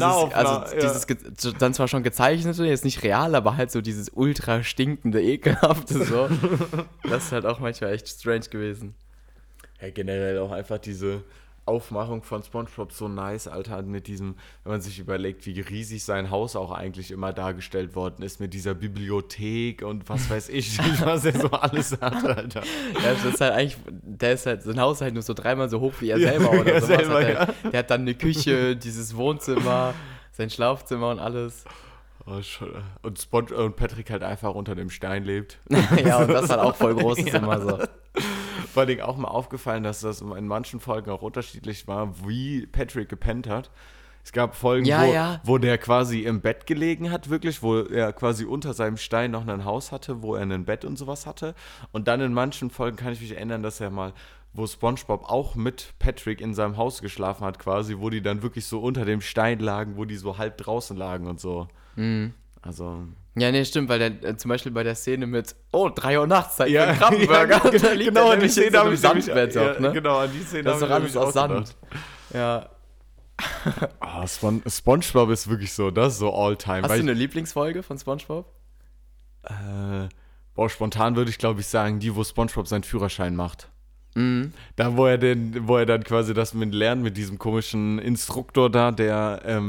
dieses dann zwar schon gezeichnet, jetzt nicht real, aber halt so dieses ultra stinkende, ekelhafte so. Das ist halt auch manchmal echt strange gewesen. Ja, generell auch einfach diese Aufmachung von SpongeBob so nice, Alter, mit diesem, wenn man sich überlegt, wie riesig sein Haus auch eigentlich immer dargestellt worden ist, mit dieser Bibliothek und was weiß ich, was er so alles hat, Alter. Ja, das ist halt eigentlich, sein Haus ist halt nur so 3-mal so hoch wie er selber oder sowas. Der hat dann eine Küche, dieses Wohnzimmer, sein Schlafzimmer und alles. Und Patrick halt einfach unter dem Stein lebt. Ja, und das halt auch voll groß ist immer so. Vor allem auch mal aufgefallen, dass das in manchen Folgen auch unterschiedlich war, wie Patrick gepennt hat. Es gab Folgen, wo der quasi im Bett gelegen hat, wirklich, wo er quasi unter seinem Stein noch ein Haus hatte, wo er ein Bett und sowas hatte. Und dann in manchen Folgen kann ich mich erinnern, dass er mal wo SpongeBob auch mit Patrick in seinem Haus geschlafen hat quasi, wo die dann wirklich so unter dem Stein lagen, wo die so halb draußen lagen und so. Also... Ja, nee, stimmt, weil der zum Beispiel bei der Szene mit 3 Uhr nachts, Zeit für einen Krabbenburger. Ja, da liegt genau, an die Szene habe ich Sandbett auch, ne? Genau, an die Szene das ist doch alles aus Sand. Ja. SpongeBob ist wirklich so, das ist so All-Time. Hast du eine Lieblingsfolge von SpongeBob? Spontan würde ich glaube ich sagen, die, wo SpongeBob seinen Führerschein macht. Da, wo er dann quasi das mit lernt, mit diesem komischen Instruktor da, der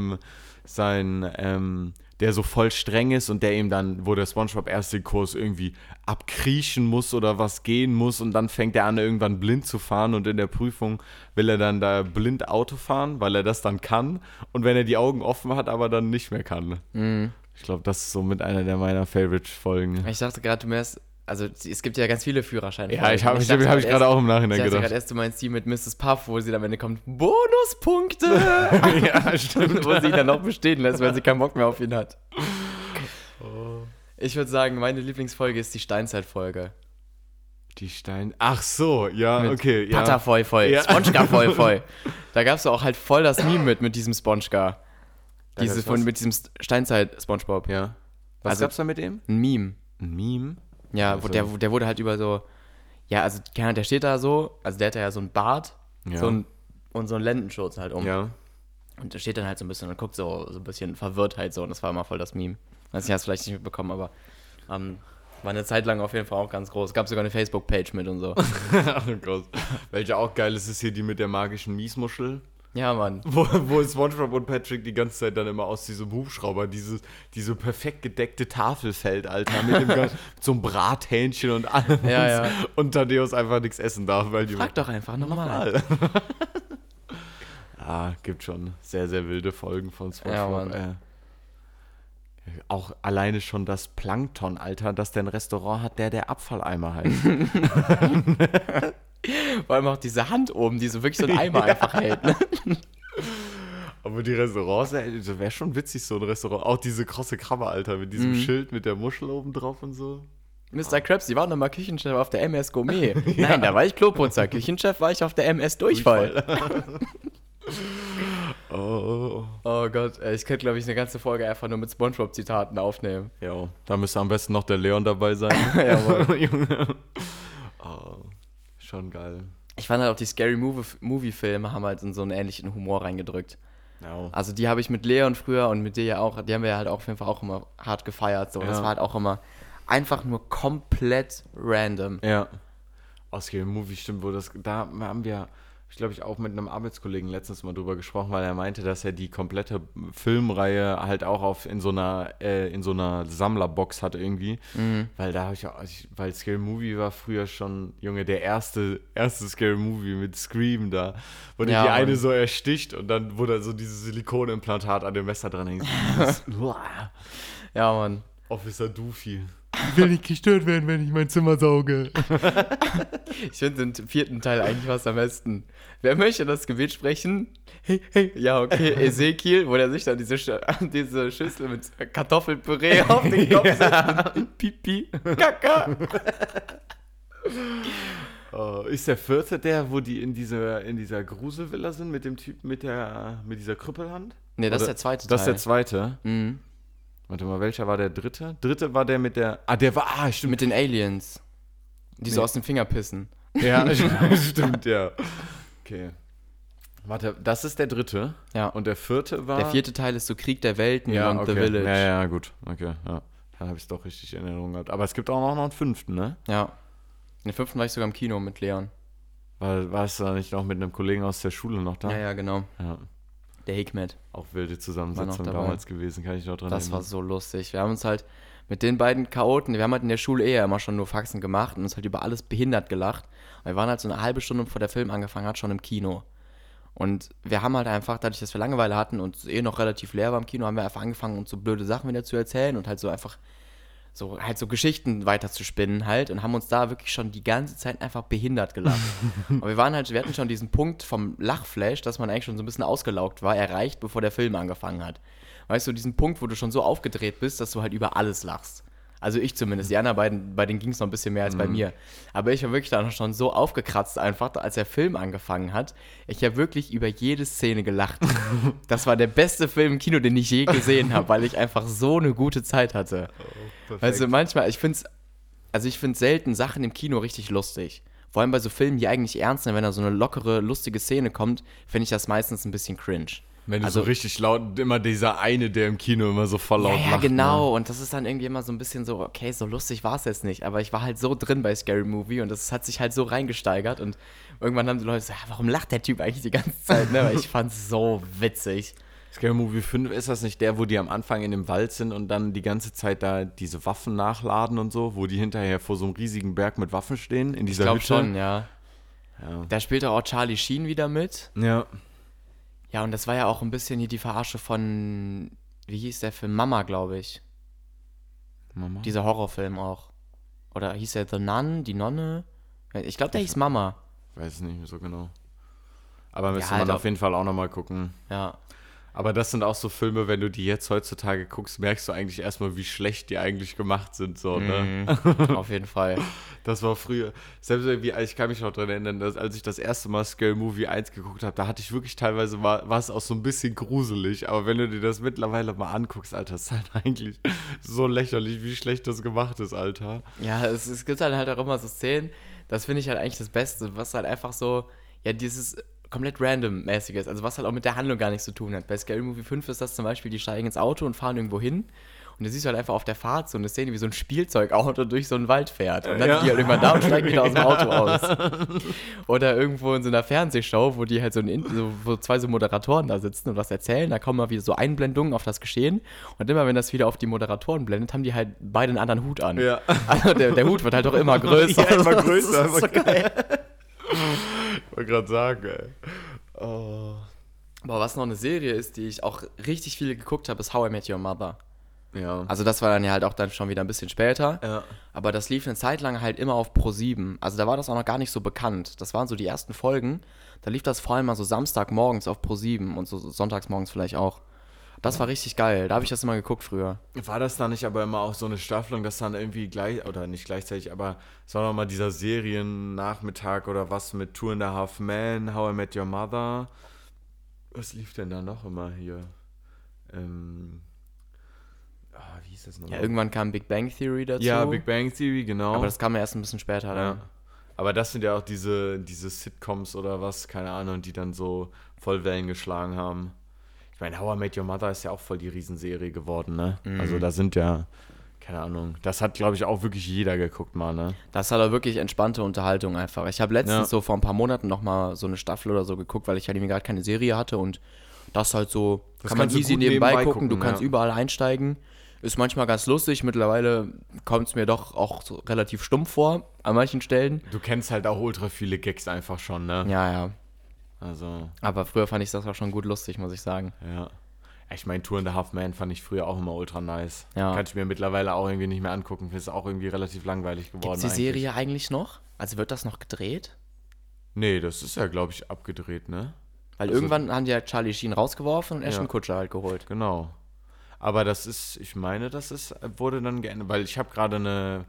der so voll streng ist und der ihm dann, wo der SpongeBob erst den Kurs irgendwie abkriechen muss oder was gehen muss und dann fängt er an, irgendwann blind zu fahren und in der Prüfung will er dann da blind Auto fahren, weil er das dann kann und wenn er die Augen offen hat, aber dann nicht mehr kann. Ich glaube, das ist so mit einer der meiner Favorite-Folgen. Ich dachte gerade, du meinst, also es gibt ja ganz viele Führerscheine. Ja, hab ich gerade auch im Nachhinein gedacht. Ich dachte gerade erst, du meinst die mit Mrs. Puff, wo sie am Ende kommt, Bonuspunkte! Ja, stimmt. Wo sie ihn dann noch bestehen lässt, weil sie keinen Bock mehr auf ihn hat. Ich würde sagen, meine Lieblingsfolge ist die Steinzeit-Folge. Ach so, ja, mit okay. Ja. Pattervoll, ja. Spongeka voll. Da gab es auch halt voll das Meme mit diesem Spongeka. Mit diesem Steinzeit-Spongebob. Ja. Was gab's da mit dem? Ein Meme. Ein Meme? Ja, also. Der wurde halt über so, ja, also der steht da so, also der hat ja so einen Bart und so einen Lendenschurz halt um. Ja. Und der steht dann halt so ein bisschen und guckt so ein bisschen verwirrt halt so und das war immer voll das Meme. Weiß nicht, hast du vielleicht nicht mitbekommen, aber war eine Zeit lang auf jeden Fall auch ganz groß. Es gab sogar eine Facebook-Page mit und so. Ach Gott. Welche auch geil ist, ist hier die mit der magischen Miesmuschel. Ja, Mann. Wo SpongeBob und Patrick die ganze Zeit dann immer aus diesem Hubschrauber diese perfekt gedeckte Tafel fällt, Alter, mit so einem Brathähnchen und allem. Ja. Und Thaddeus einfach nichts essen darf, weil die... Frag doch einfach normal. Gibt schon sehr, sehr wilde Folgen von SpongeBob. Ja, Mann. Auch alleine schon das Plankton, Alter, dass der ein Restaurant hat, der Abfalleimer heißt. Vor allem auch diese Hand oben, die so wirklich so einen Eimer einfach hält. Ne? Aber die Restaurants, das wäre schon witzig, so ein Restaurant. Auch diese krosse Krabbe, Alter, mit diesem Schild mit der Muschel oben drauf und so. Mr. Krabs, Sie waren doch mal Küchenchef auf der MS Gourmet. Ja. Nein, da war ich Kloputzer. Küchenchef war ich auf der MS Durchfall. Oh Gott, ich könnte, glaube ich, eine ganze Folge einfach nur mit Spongebob-Zitaten aufnehmen. Ja, da müsste am besten noch der Leon dabei sein. Jawohl. Junge. Schon geil. Ich fand halt auch, die Scary Movie-Filme haben halt in so einen ähnlichen Humor reingedrückt. No. Also die habe ich mit Leon früher und mit dir ja auch, die haben wir halt auch auf jeden Fall auch immer hart gefeiert. So. Ja. Das war halt auch immer einfach nur komplett random. Ja. Scary Movie, stimmt, da haben wir... Ich glaube, ich auch mit einem Arbeitskollegen letztens mal drüber gesprochen, weil er meinte, dass er die komplette Filmreihe halt auch in so einer Sammlerbox hat irgendwie. Weil da habe weil Scary Movie war früher schon, Junge, der erste Scary Movie mit Scream da, wo die eine so ersticht und dann wurde so dieses Silikonimplantat an dem Messer dran hängt. Ja, Mann. Officer Doofy. Ich will nicht gestört werden, wenn ich mein Zimmer sauge. Ich finde den 4. Teil eigentlich was am besten. Wer möchte das Gebet sprechen? Hey. Ja, okay. Ezekiel, wo der sich dann diese Schüssel mit Kartoffelpüree auf den Kopf setzt. Pipi. Kaka. Ist der 4. der, wo die in dieser Gruselvilla sind mit dem Typen mit dieser Krüppelhand? Nee, das ist der 2. Teil. Das ist der 2. Mhm. Warte mal, welcher war der 3.? 3. war der mit der... stimmt. Mit den Aliens. Die so aus dem Finger pissen. Ja, stimmt, ja. Okay. Warte, das ist der 3. Ja. Und der 4. war... Der 4. Teil ist so Krieg der Welten und The Village. Ja, gut. Okay, ja. Dann habe ich es doch richtig in Erinnerung gehabt. Aber es gibt auch noch einen 5., ne? Ja. Den 5. war ich sogar im Kino mit Leon. Warst du da nicht noch mit einem Kollegen aus der Schule noch da? Ja, genau. Ja. Der Hikmet. Auch wilde Zusammensetzung damals gewesen, kann ich noch dran erinnern. Das war so lustig. Wir haben uns halt mit den beiden Chaoten, wir haben halt in der Schule immer schon nur Faxen gemacht und uns halt über alles behindert gelacht. Und wir waren halt so eine halbe Stunde, bevor der Film angefangen hat, schon im Kino. Und wir haben halt einfach, dadurch, dass wir Langeweile hatten und es noch relativ leer war im Kino, haben wir einfach angefangen, uns so blöde Sachen wieder zu erzählen und halt so einfach so Geschichten weiter zu spinnen halt und haben uns da wirklich schon die ganze Zeit einfach behindert gelacht. Und wir hatten schon diesen Punkt vom Lachflash, dass man eigentlich schon so ein bisschen ausgelaugt war, erreicht, bevor der Film angefangen hat. Weißt du, diesen Punkt, wo du schon so aufgedreht bist, dass du halt über alles lachst. Also ich zumindest. Die anderen beiden, bei denen ging es noch ein bisschen mehr als bei mir. Aber ich war wirklich dann schon so aufgekratzt einfach, als der Film angefangen hat. Ich habe wirklich über jede Szene gelacht. Das war der beste Film im Kino, den ich je gesehen habe, weil ich einfach so eine gute Zeit hatte. Also manchmal, ich finde selten Sachen im Kino richtig lustig. Vor allem bei so Filmen, die eigentlich ernst sind, wenn da so eine lockere, lustige Szene kommt, finde ich das meistens ein bisschen cringe. Wenn du so richtig laut, immer dieser eine, der im Kino immer so voll laut lacht. Ja, genau. Ne? Und das ist dann irgendwie immer so ein bisschen so, okay, so lustig war es jetzt nicht. Aber ich war halt so drin bei Scary Movie und das hat sich halt so reingesteigert. Und irgendwann haben die Leute gesagt, warum lacht der Typ eigentlich die ganze Zeit? Ne? Weil ich fand's so witzig. Scary Movie 5, ist das nicht der, wo die am Anfang in dem Wald sind und dann die ganze Zeit da diese Waffen nachladen und so? Wo die hinterher vor so einem riesigen Berg mit Waffen stehen? In dieser Hütte? Ich glaube schon, ja. Da spielt auch Charlie Sheen wieder mit. Ja. Ja, und das war ja auch ein bisschen hier die Verarsche von, wie hieß der Film? Mama, glaube ich. Mama? Dieser Horrorfilm auch. Oder hieß der The Nun, die Nonne? Ich glaube, der hieß Mama. Weiß es nicht mehr so genau. Aber müsste Ja, man halt auf jeden Fall auch nochmal gucken. Ja. Aber das sind auch so Filme, wenn du die jetzt heutzutage guckst, merkst du eigentlich erstmal, wie schlecht die eigentlich gemacht sind. So, ne? Auf jeden Fall. Das war früher, selbst irgendwie, ich kann mich noch daran erinnern, dass als ich das erste Mal Scary Movie 1 geguckt habe, da hatte ich wirklich teilweise, war es auch so ein bisschen gruselig. Aber wenn du dir das mittlerweile mal anguckst, Alter, ist halt eigentlich so lächerlich, wie schlecht das gemacht ist, Alter. Ja, es gibt halt auch immer so Szenen, das finde ich halt eigentlich das Beste, was halt einfach so, ja, dieses komplett random-mäßiges, also was halt auch mit der Handlung gar nichts zu tun hat. Bei Scary Movie 5 ist das zum Beispiel, die steigen ins Auto und fahren irgendwo hin und du siehst halt einfach auf der Fahrt so eine Szene, wie so ein Spielzeugauto durch so einen Wald fährt und dann sind die halt irgendwann da und steigen wieder aus dem Auto aus. Oder irgendwo in so einer Fernsehshow, wo die halt wo zwei so Moderatoren da sitzen und was erzählen, da kommen mal wieder so Einblendungen auf das Geschehen und immer wenn das wieder auf die Moderatoren blendet, haben die halt beide einen anderen Hut an. Ja. Also der Hut wird halt auch immer größer. Ja, immer größer. Das ist so geil. Ich wollte gerade sagen, ey. Oh. Boah, was noch eine Serie ist, die ich auch richtig viel geguckt habe, ist How I Met Your Mother. Ja. Also das war dann ja halt auch dann schon wieder ein bisschen später. Ja. Aber das lief eine Zeit lang halt immer auf Pro7. Also da war das auch noch gar nicht so bekannt. Das waren so die ersten Folgen. Da lief das vor allem mal so Samstagmorgens auf Pro7 und so sonntagsmorgens vielleicht auch. Das war richtig geil. Da habe ich das immer geguckt früher. War das da nicht aber immer auch so eine Staffelung, dass dann irgendwie gleich, oder nicht gleichzeitig, aber es war nochmal dieser Seriennachmittag oder was mit Two and a Half Men, How I Met Your Mother. Was lief denn da noch immer hier? Wie hieß das nochmal? Ja, irgendwann kam Big Bang Theory dazu. Ja, Big Bang Theory, genau. Aber das kam ja erst ein bisschen später dann. Ja. Aber das sind ja auch diese Sitcoms oder was, keine Ahnung, die dann so voll Wellen geschlagen haben. Ich meine, How I Met Your Mother ist ja auch voll die Riesenserie geworden, ne? Also da sind ja, keine Ahnung, das hat, glaube ich, auch wirklich jeder geguckt mal, ne? Das ist halt auch wirklich entspannte Unterhaltung einfach. Ich habe letztens so vor ein paar Monaten nochmal so eine Staffel oder so geguckt, weil ich halt irgendwie gerade keine Serie hatte und das halt so, das kann man easy nebenbei gucken, du kannst überall einsteigen. Ist manchmal ganz lustig, mittlerweile kommt es mir doch auch so relativ stumpf vor, an manchen Stellen. Du kennst halt auch ultra viele Gags einfach schon, ne? Ja, ja. Also. Aber früher fand ich das auch schon gut lustig, muss ich sagen. Ja. Ich meine, Two and a Half Men fand ich früher auch immer ultra nice. Ja. Kann ich mir mittlerweile auch irgendwie nicht mehr angucken. Ist auch irgendwie relativ langweilig geworden. Gibt die Serie eigentlich noch? Also wird das noch gedreht? Nee, das ist ja, glaube ich, abgedreht, ne? Weil also, irgendwann haben die ja Charlie Sheen rausgeworfen und Ashton Kutcher halt geholt. Genau. Aber das ist, ich meine, wurde dann geändert, weil ich habe gerade eine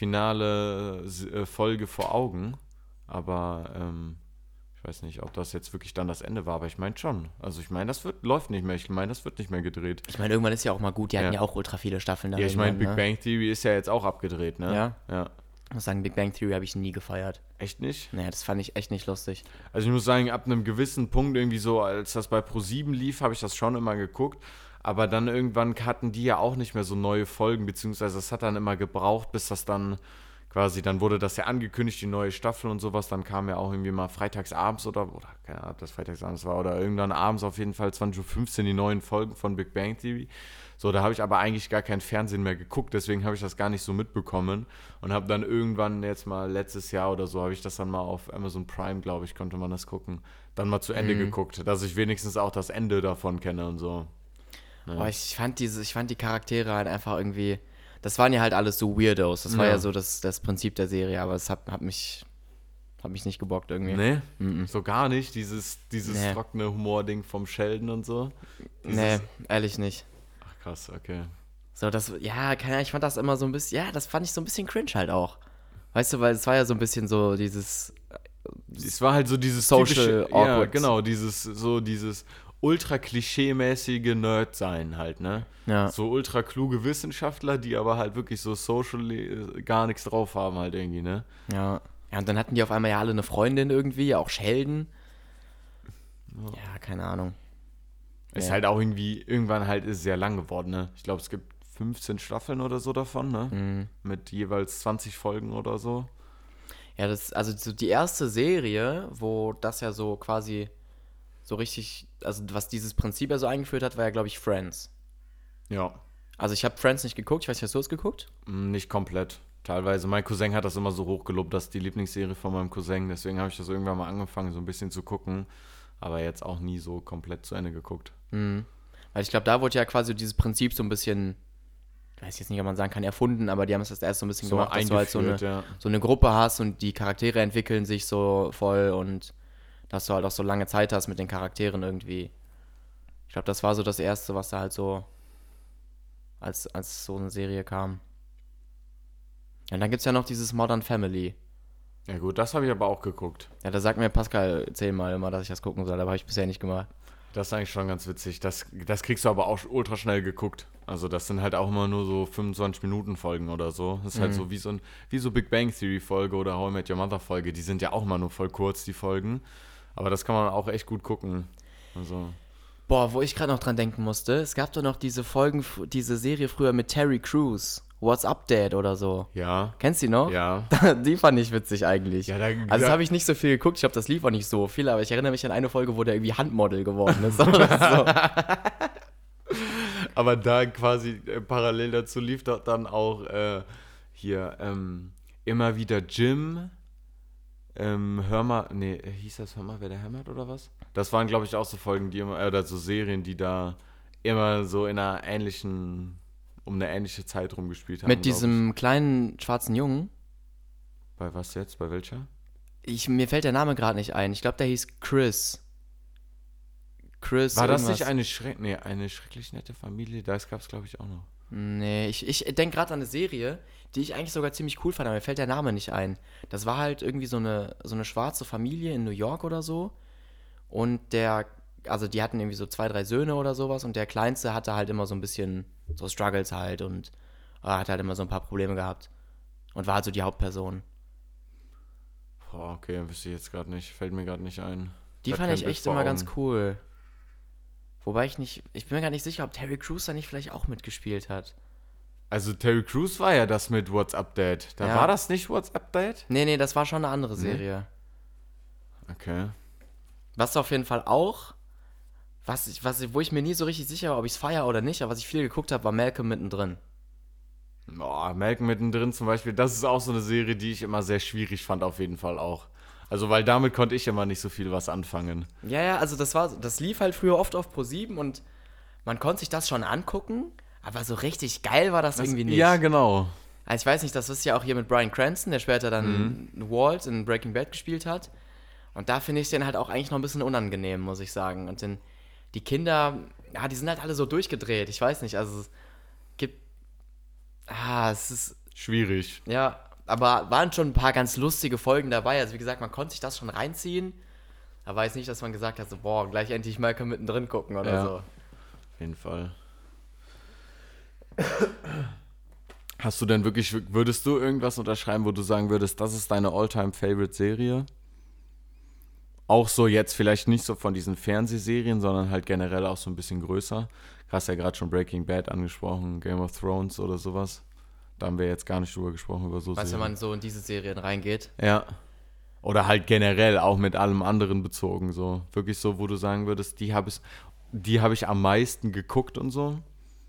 finale Folge vor Augen, aber ich weiß nicht, ob das jetzt wirklich dann das Ende war, aber ich meine schon. Also ich meine, läuft nicht mehr, ich meine, das wird nicht mehr gedreht. Ich meine, irgendwann ist ja auch mal gut, die hatten ja auch ultra viele Staffeln da. Ja, ich meine, Big Bang Theory ist ja jetzt auch abgedreht, ne? Ja. Ich muss sagen, Big Bang Theory habe ich nie gefeiert. Echt nicht? Naja, das fand ich echt nicht lustig. Also ich muss sagen, ab einem gewissen Punkt irgendwie so, als das bei Pro7 lief, habe ich das schon immer geguckt. Aber dann irgendwann hatten die ja auch nicht mehr so neue Folgen, beziehungsweise es hat dann immer gebraucht, bis das dann quasi, dann wurde das ja angekündigt, die neue Staffel und sowas, dann kam ja auch irgendwie mal freitagsabends oder keine Ahnung, ob das freitagsabends war, oder irgendwann abends auf jeden Fall 20:15 Uhr die neuen Folgen von Big Bang Theory. So, da habe ich aber eigentlich gar kein Fernsehen mehr geguckt, deswegen habe ich das gar nicht so mitbekommen und habe dann irgendwann jetzt mal letztes Jahr oder so, habe ich das dann mal auf Amazon Prime, glaube ich, konnte man das gucken, dann mal zu Ende geguckt, dass ich wenigstens auch das Ende davon kenne und so. Ja. Aber ich fand die Charaktere halt einfach irgendwie, das waren ja halt alles so Weirdos, das war ja so das Prinzip der Serie, aber es hat mich nicht gebockt irgendwie. Nee, so gar nicht, dieses trockene Humor-Ding vom Sheldon und so. Nee, ehrlich nicht. Ach krass, okay. So, das, ja, keine Ahnung, ich fand das immer so ein bisschen, ja, das fand ich so ein bisschen cringe halt auch. Weißt du, weil es war ja so ein bisschen so dieses Es war halt so dieses Social typische, ja, awkward. genau, dieses ultra klischee-mäßige Nerd-Sein halt, ne? Ja. So ultra kluge Wissenschaftler, die aber halt wirklich so social gar nichts drauf haben halt irgendwie, ne? Ja. Ja, und dann hatten die auf einmal ja alle eine Freundin irgendwie, auch Sheldon. Ja, keine Ahnung. Ist Ja. halt auch irgendwie, irgendwann halt ist es sehr lang geworden, ne? Ich glaube, es gibt 15 Staffeln oder so davon, ne? Mhm. Mit jeweils 20 Folgen oder so. Ja, also so die erste Serie, wo das ja so quasi so richtig, also was dieses Prinzip ja so eingeführt hat, war ja, glaube ich, Friends. Ja. Also ich habe Friends nicht geguckt, ich weiß nicht, hast du es geguckt? Nicht komplett. Teilweise. Mein Cousin hat das immer so hochgelobt, das ist die Lieblingsserie von meinem Cousin. Deswegen habe ich das irgendwann mal angefangen, so ein bisschen zu gucken. Aber jetzt auch nie so komplett zu Ende geguckt. Mhm. Weil ich glaube, da wurde ja quasi dieses Prinzip so ein bisschen, ich weiß jetzt nicht, ob man sagen kann, erfunden, aber die haben es erst so ein bisschen So gemacht, dass du halt ja. so eine Gruppe hast und die Charaktere entwickeln sich so voll und dass du halt auch so lange Zeit hast mit den Charakteren irgendwie. Ich glaube, das war so das Erste, was da halt so als so eine Serie kam. Ja, und dann gibt es ja noch dieses Modern Family. Ja gut, das habe ich aber auch geguckt. Ja, da sagt mir Pascal 10-mal immer, dass ich das gucken soll, aber habe ich bisher nicht gemacht. Das ist eigentlich schon ganz witzig. Das kriegst du aber auch ultra schnell geguckt. Also das sind halt auch immer nur so 25-Minuten-Folgen oder so. Das ist halt so wie so Big Bang Theory-Folge oder How I Met Your Mother-Folge. Die sind ja auch immer nur voll kurz, die Folgen. Aber das kann man auch echt gut gucken. Also. Boah, wo ich gerade noch dran denken musste, es gab doch noch diese Folgen, diese Serie früher mit Terry Crews. What's Up, Dad oder so. Ja. Kennst du die noch? Ja. Die fand ich witzig eigentlich. Ja, also das habe ich nicht so viel geguckt, ich glaube, das lief auch nicht so viel, aber ich erinnere mich an eine Folge, wo der irgendwie Handmodel geworden ist. Oder so. Aber da quasi parallel dazu lief doch dann auch hier immer wieder Jim. Hör mal, nee, hieß das Hör mal, wer der hämmert oder was? Das waren, glaube ich, auch so Folgen, die immer, oder so Serien, die da immer so in einer ähnlichen, um eine ähnliche Zeit rumgespielt haben. Mit diesem kleinen schwarzen Jungen. Bei was jetzt? Bei welcher? Mir fällt der Name gerade nicht ein. Ich glaube, der hieß Chris. Chris War das irgendwas. nicht eine schrecklich nette Familie? Das gab es, glaube ich, auch noch. Nee, ich denke gerade an eine Serie, die ich eigentlich sogar ziemlich cool fand, aber mir fällt der Name nicht ein. Das war halt irgendwie so eine schwarze Familie in New York oder so. Und also die hatten irgendwie so 2, 3 Söhne oder sowas und der Kleinste hatte halt immer so ein bisschen so Struggles halt und hat halt immer so ein paar Probleme gehabt. Und war halt so die Hauptperson. Boah, okay, wüsste ich jetzt gerade nicht. Fällt mir gerade nicht ein. Die hab fand kein ich Bild echt vor immer Augen. ganz cool. Wobei ich bin mir gar nicht sicher, ob Terry Crews da nicht vielleicht auch mitgespielt hat. Also Terry Crews war ja das mit What's Up Dad. Da Ja. war das nicht What's Up Dad? Nee, das war schon eine andere Serie. Okay. Was auf jeden Fall auch, wo ich mir nie so richtig sicher war, ob ich es feiere oder nicht, aber was ich viel geguckt habe, war Malcolm mittendrin. Boah, Malcolm mittendrin zum Beispiel, das ist auch so eine Serie, die ich immer sehr schwierig fand, auf jeden Fall auch. Also, weil damit konnte ich immer nicht so viel was anfangen. Ja, also das lief halt früher oft auf ProSieben und man konnte sich das schon angucken, aber so richtig geil war das irgendwie nicht. Ja, genau. Also ich weiß nicht, das ist ja auch hier mit Bryan Cranston, der später dann Walt in Breaking Bad gespielt hat. Und da finde ich den halt auch eigentlich noch ein bisschen unangenehm, muss ich sagen. Und die Kinder, ja, die sind halt alle so durchgedreht. Ich weiß nicht, also es gibt, es ist, Schwierig. ja, aber waren schon ein paar ganz lustige Folgen dabei. Also wie gesagt, man konnte sich das schon reinziehen. Aber jetzt nicht, dass man gesagt hat, so, boah, gleich endlich Malcolm mittendrin gucken oder Ja. so. Auf jeden Fall. Hast du denn wirklich, würdest du irgendwas unterschreiben, wo du sagen würdest, das ist deine All-Time-Favorite-Serie? Auch so jetzt vielleicht nicht so von diesen Fernsehserien, sondern halt generell auch so ein bisschen größer. Du hast ja gerade schon Breaking Bad angesprochen, Game of Thrones oder sowas. Da haben wir jetzt gar nicht drüber gesprochen, über so Weißt du, wenn Serien. man so in diese Serien reingeht. Ja. Oder halt generell auch mit allem anderen bezogen, so. Wirklich so, wo du sagen würdest, die habe ich am meisten geguckt und so.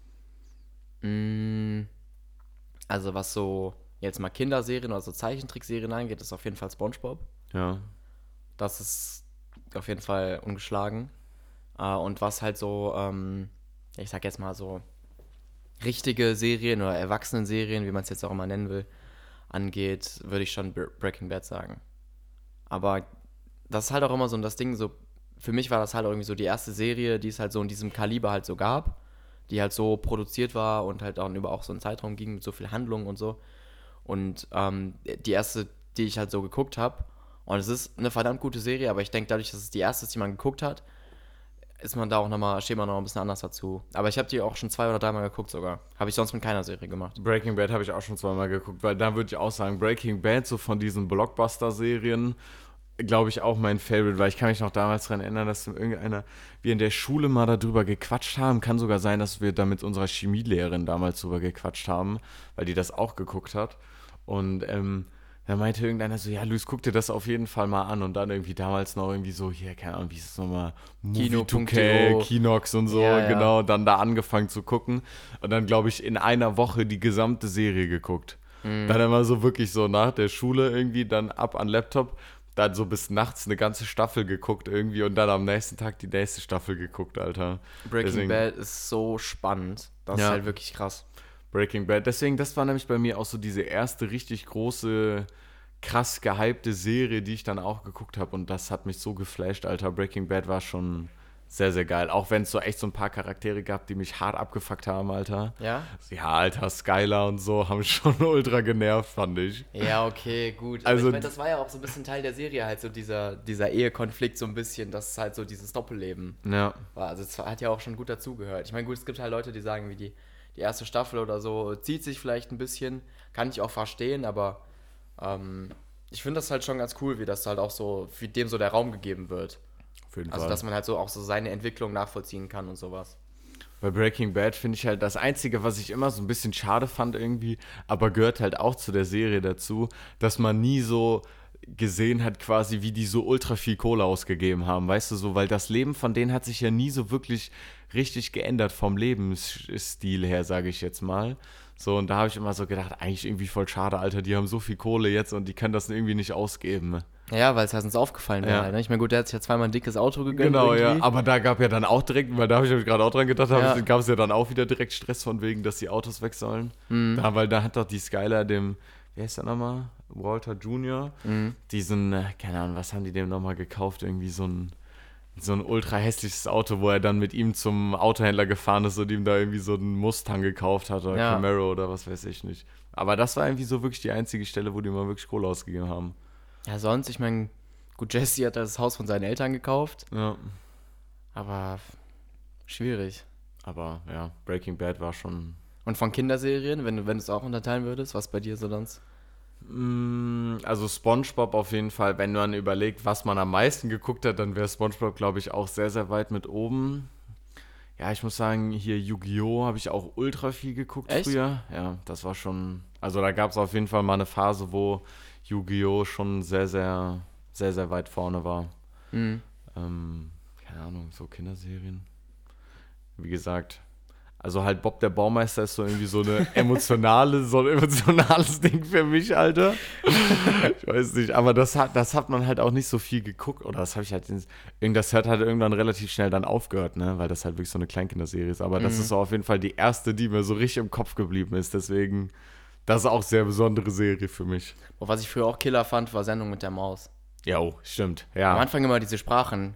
Also was so jetzt mal Kinderserien oder so Zeichentrickserien angeht, ist auf jeden Fall SpongeBob. Ja. Das ist auf jeden Fall ungeschlagen. Und was halt so, ich sag jetzt mal so richtige Serien oder Erwachsenen-Serien, wie man es jetzt auch immer nennen will, angeht, würde ich schon Breaking Bad sagen. Aber das ist halt auch immer so das Ding, so für mich war das halt auch irgendwie so die erste Serie, die es halt so in diesem Kaliber halt so gab. die halt so produziert war und halt auch über auch so einen Zeitraum ging mit so viel Handlung und so. Und die erste, die ich halt so geguckt habe, und es ist eine verdammt gute Serie, aber ich denke, dadurch, dass es die erste ist, die man geguckt hat, ist man da auch nochmal, steht man noch ein bisschen anders dazu. Aber ich habe die auch schon 2 oder 3 Mal geguckt sogar. Habe ich sonst mit keiner Serie gemacht. Breaking Bad habe ich auch schon 2-mal geguckt, weil da würde ich auch sagen, Breaking Bad, so von diesen Blockbuster-Serien, glaube ich, auch mein Favorite, weil ich kann mich noch damals daran erinnern, dass wir in der Schule mal darüber gequatscht haben. Kann sogar sein, dass wir da mit unserer Chemielehrerin damals drüber gequatscht haben, weil die das auch geguckt hat. Und da meinte irgendeiner so, ja, Luis, guck dir das auf jeden Fall mal an. Und dann irgendwie damals noch irgendwie so, hier, keine Ahnung, wie ist es nochmal? Movie2K, Kinox und so, ja, genau. Dann da angefangen zu gucken. Und dann, glaube ich, in einer Woche die gesamte Serie geguckt. Dann immer so wirklich so nach der Schule irgendwie, dann ab an Laptop, dann so bis nachts eine ganze Staffel geguckt irgendwie und dann am nächsten Tag die nächste Staffel geguckt, Alter. Breaking Bad ist so spannend. Das ist halt wirklich krass. Breaking Bad. Deswegen, das war nämlich bei mir auch so diese erste richtig große, krass gehypte Serie, die ich dann auch geguckt habe. Und das hat mich so geflasht, Alter. Breaking Bad war schon sehr, sehr geil. Auch wenn es so echt so ein paar Charaktere gab, die mich hart abgefuckt haben, Alter. Ja? Ja, Alter, Skylar und so haben schon ultra genervt, fand ich. Ja, okay, gut. Also, aber ich meine, das war ja auch so ein bisschen Teil der Serie, halt so dieser Ehekonflikt so ein bisschen, das ist halt so dieses Doppelleben Ja. war. Also es hat ja auch schon gut dazugehört. Ich meine, gut, es gibt halt Leute, die sagen, wie die erste Staffel oder so zieht sich vielleicht ein bisschen, kann ich auch verstehen, aber ich finde das halt schon ganz cool, wie das halt auch so, wie dem so der Raum gegeben wird. Auf jeden Also, Fall. dass man halt so auch so seine Entwicklung nachvollziehen kann und sowas. Bei Breaking Bad finde ich halt das Einzige, was ich immer so ein bisschen schade fand irgendwie, aber gehört halt auch zu der Serie dazu, dass man nie so gesehen hat quasi, wie die so ultra viel Kohle ausgegeben haben, weißt du so, weil das Leben von denen hat sich ja nie so wirklich richtig geändert vom Lebensstil her, sage ich jetzt mal. So, und da habe ich immer so gedacht, eigentlich irgendwie voll schade, Alter, die haben so viel Kohle jetzt und die können das irgendwie nicht ausgeben. Ja, weil es halt uns aufgefallen wäre. Ja. Ne? Ich meine, gut, der hat sich ja zweimal ein dickes Auto gegönnt. Genau, irgendwie. ja. Aber da gab ja dann auch direkt, weil da habe ich gerade auch dran gedacht, Ja. gab es ja dann auch wieder direkt Stress von wegen, dass die Autos weg sollen. Da, weil da hat doch die Skylar dem, wie heißt der nochmal? Walter Jr. Diesen, keine Ahnung, was haben die dem nochmal gekauft? Irgendwie so ein ultra hässliches Auto, wo er dann mit ihm zum Autohändler gefahren ist und ihm da irgendwie so einen Mustang gekauft hat oder Ja. Camaro oder was weiß ich nicht. Aber das war irgendwie so wirklich die einzige Stelle, wo die mal wirklich Kohle ausgegeben haben. Ja, sonst, ich meine, gut, Jesse hat das Haus von seinen Eltern gekauft, Ja. aber schwierig. Aber ja, Breaking Bad war schon. Und von Kinderserien, wenn du es auch unterteilen würdest, was bei dir so sonst? Also SpongeBob auf jeden Fall, wenn man überlegt, was man am meisten geguckt hat, dann wäre SpongeBob, glaube ich, auch sehr, sehr weit mit oben. Ja, ich muss sagen, hier Yu-Gi-Oh! Habe ich auch ultra viel geguckt Echt? früher. Ja, das war schon, also da gab es auf jeden Fall mal eine Phase, wo Yu-Gi-Oh! Schon sehr, sehr, sehr, sehr weit vorne war. Mhm. Keine Ahnung, so Kinderserien. Wie gesagt, also halt Bob der Baumeister ist so irgendwie so ein emotionales Ding für mich, Alter. Ich weiß nicht, aber das hat man halt auch nicht so viel geguckt. Oder das habe ich halt, das hat halt irgendwann relativ schnell dann aufgehört, ne? Weil das halt wirklich so eine Kleinkinderserie ist. Aber das ist so auf jeden Fall die erste, die mir so richtig im Kopf geblieben ist. Deswegen, das ist auch eine sehr besondere Serie für mich. Und was ich früher auch Killer fand, war Sendung mit der Maus. Jo, stimmt, Am ja. Anfang immer diese Sprachen.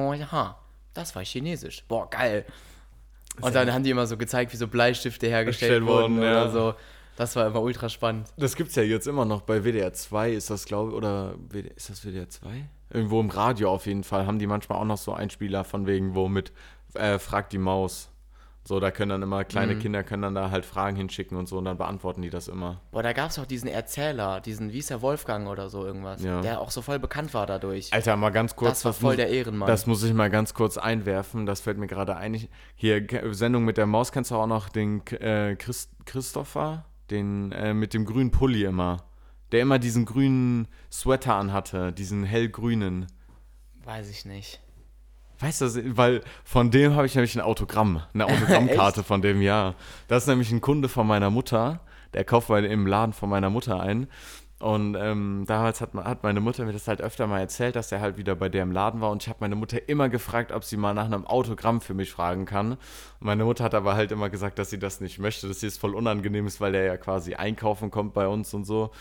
Das war Chinesisch. Boah, geil. Und dann haben die immer so gezeigt, wie so Bleistifte hergestellt wurden ja. oder so. Das war immer ultra spannend. Das gibt's ja jetzt immer noch bei WDR 2, ist das, glaube ich, oder ist das WDR 2? Irgendwo im Radio auf jeden Fall haben die manchmal auch noch so Einspieler von wegen, wo mit Frag die Maus. So, da können dann immer kleine Kinder können dann da halt Fragen hinschicken und so und dann beantworten die das immer. Boah, da gab es auch diesen Erzähler, wie ist der Wolfgang oder so irgendwas, Ja. der auch so voll bekannt war dadurch. Alter, mal ganz kurz. Das war voll der Ehrenmann. Das muss ich mal ganz kurz einwerfen, das fällt mir gerade ein. Hier, Sendung mit der Maus, kennst du auch noch den Christopher? Den mit dem grünen Pulli immer. Der immer diesen grünen Sweater anhatte, diesen hellgrünen. Weiß ich nicht. Weißt du, weil von dem habe ich nämlich eine Autogrammkarte von dem, ja. Das ist nämlich ein Kunde von meiner Mutter, der kauft im Laden von meiner Mutter ein. Und damals hat meine Mutter mir das halt öfter mal erzählt, dass er halt wieder bei der im Laden war. Und ich habe meine Mutter immer gefragt, ob sie mal nach einem Autogramm für mich fragen kann. Und meine Mutter hat aber halt immer gesagt, dass sie das nicht möchte, dass sie es voll unangenehm ist, weil der ja quasi einkaufen kommt bei uns und so.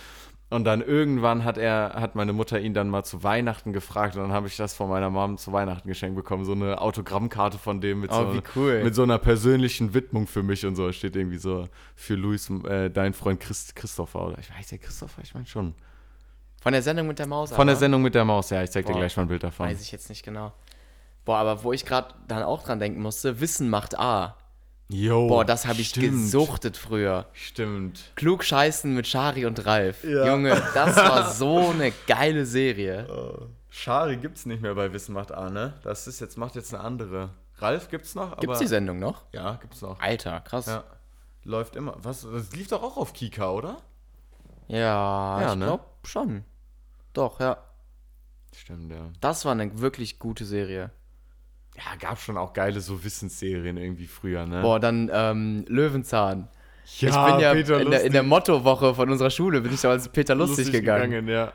Und dann irgendwann hat meine Mutter ihn dann mal zu Weihnachten gefragt und dann habe ich das von meiner Mom zu Weihnachten geschenkt bekommen. So eine Autogrammkarte von dem mit, wie cool. mit so einer persönlichen Widmung für mich und so. Steht irgendwie so für Luis, dein Freund Christopher. Oder ich weiß der Christopher, ich meine schon. Von der Sendung mit der Maus? Von der Sendung mit der Maus, ja. Ich zeig dir gleich mal ein Bild davon. Weiß ich jetzt nicht genau. Boah, aber wo ich gerade dann auch dran denken musste, Wissen macht A. Jo, boah, das habe ich gesuchtet früher. Stimmt. Klug scheißen mit Shari und Ralf. Ja. Junge, das war so eine geile Serie. Shari gibt's nicht mehr bei Wissen macht A, ne? Macht jetzt eine andere. Ralf gibt's noch, aber... Gibt's die Sendung noch? Ja, gibt's noch. Alter, krass. Ja. Läuft immer. Was? Das lief doch auch auf Kika, oder? Ja, ich glaube schon. Doch, ja. Stimmt, ja. Das war eine wirklich gute Serie. Ja, gab schon auch geile so Wissensserien irgendwie früher, ne? Boah, dann Ja, Löwenzahn. Ich bin ja in der Mottowoche von unserer Schule, bin ich da als Peter Lustig gegangen. Ja.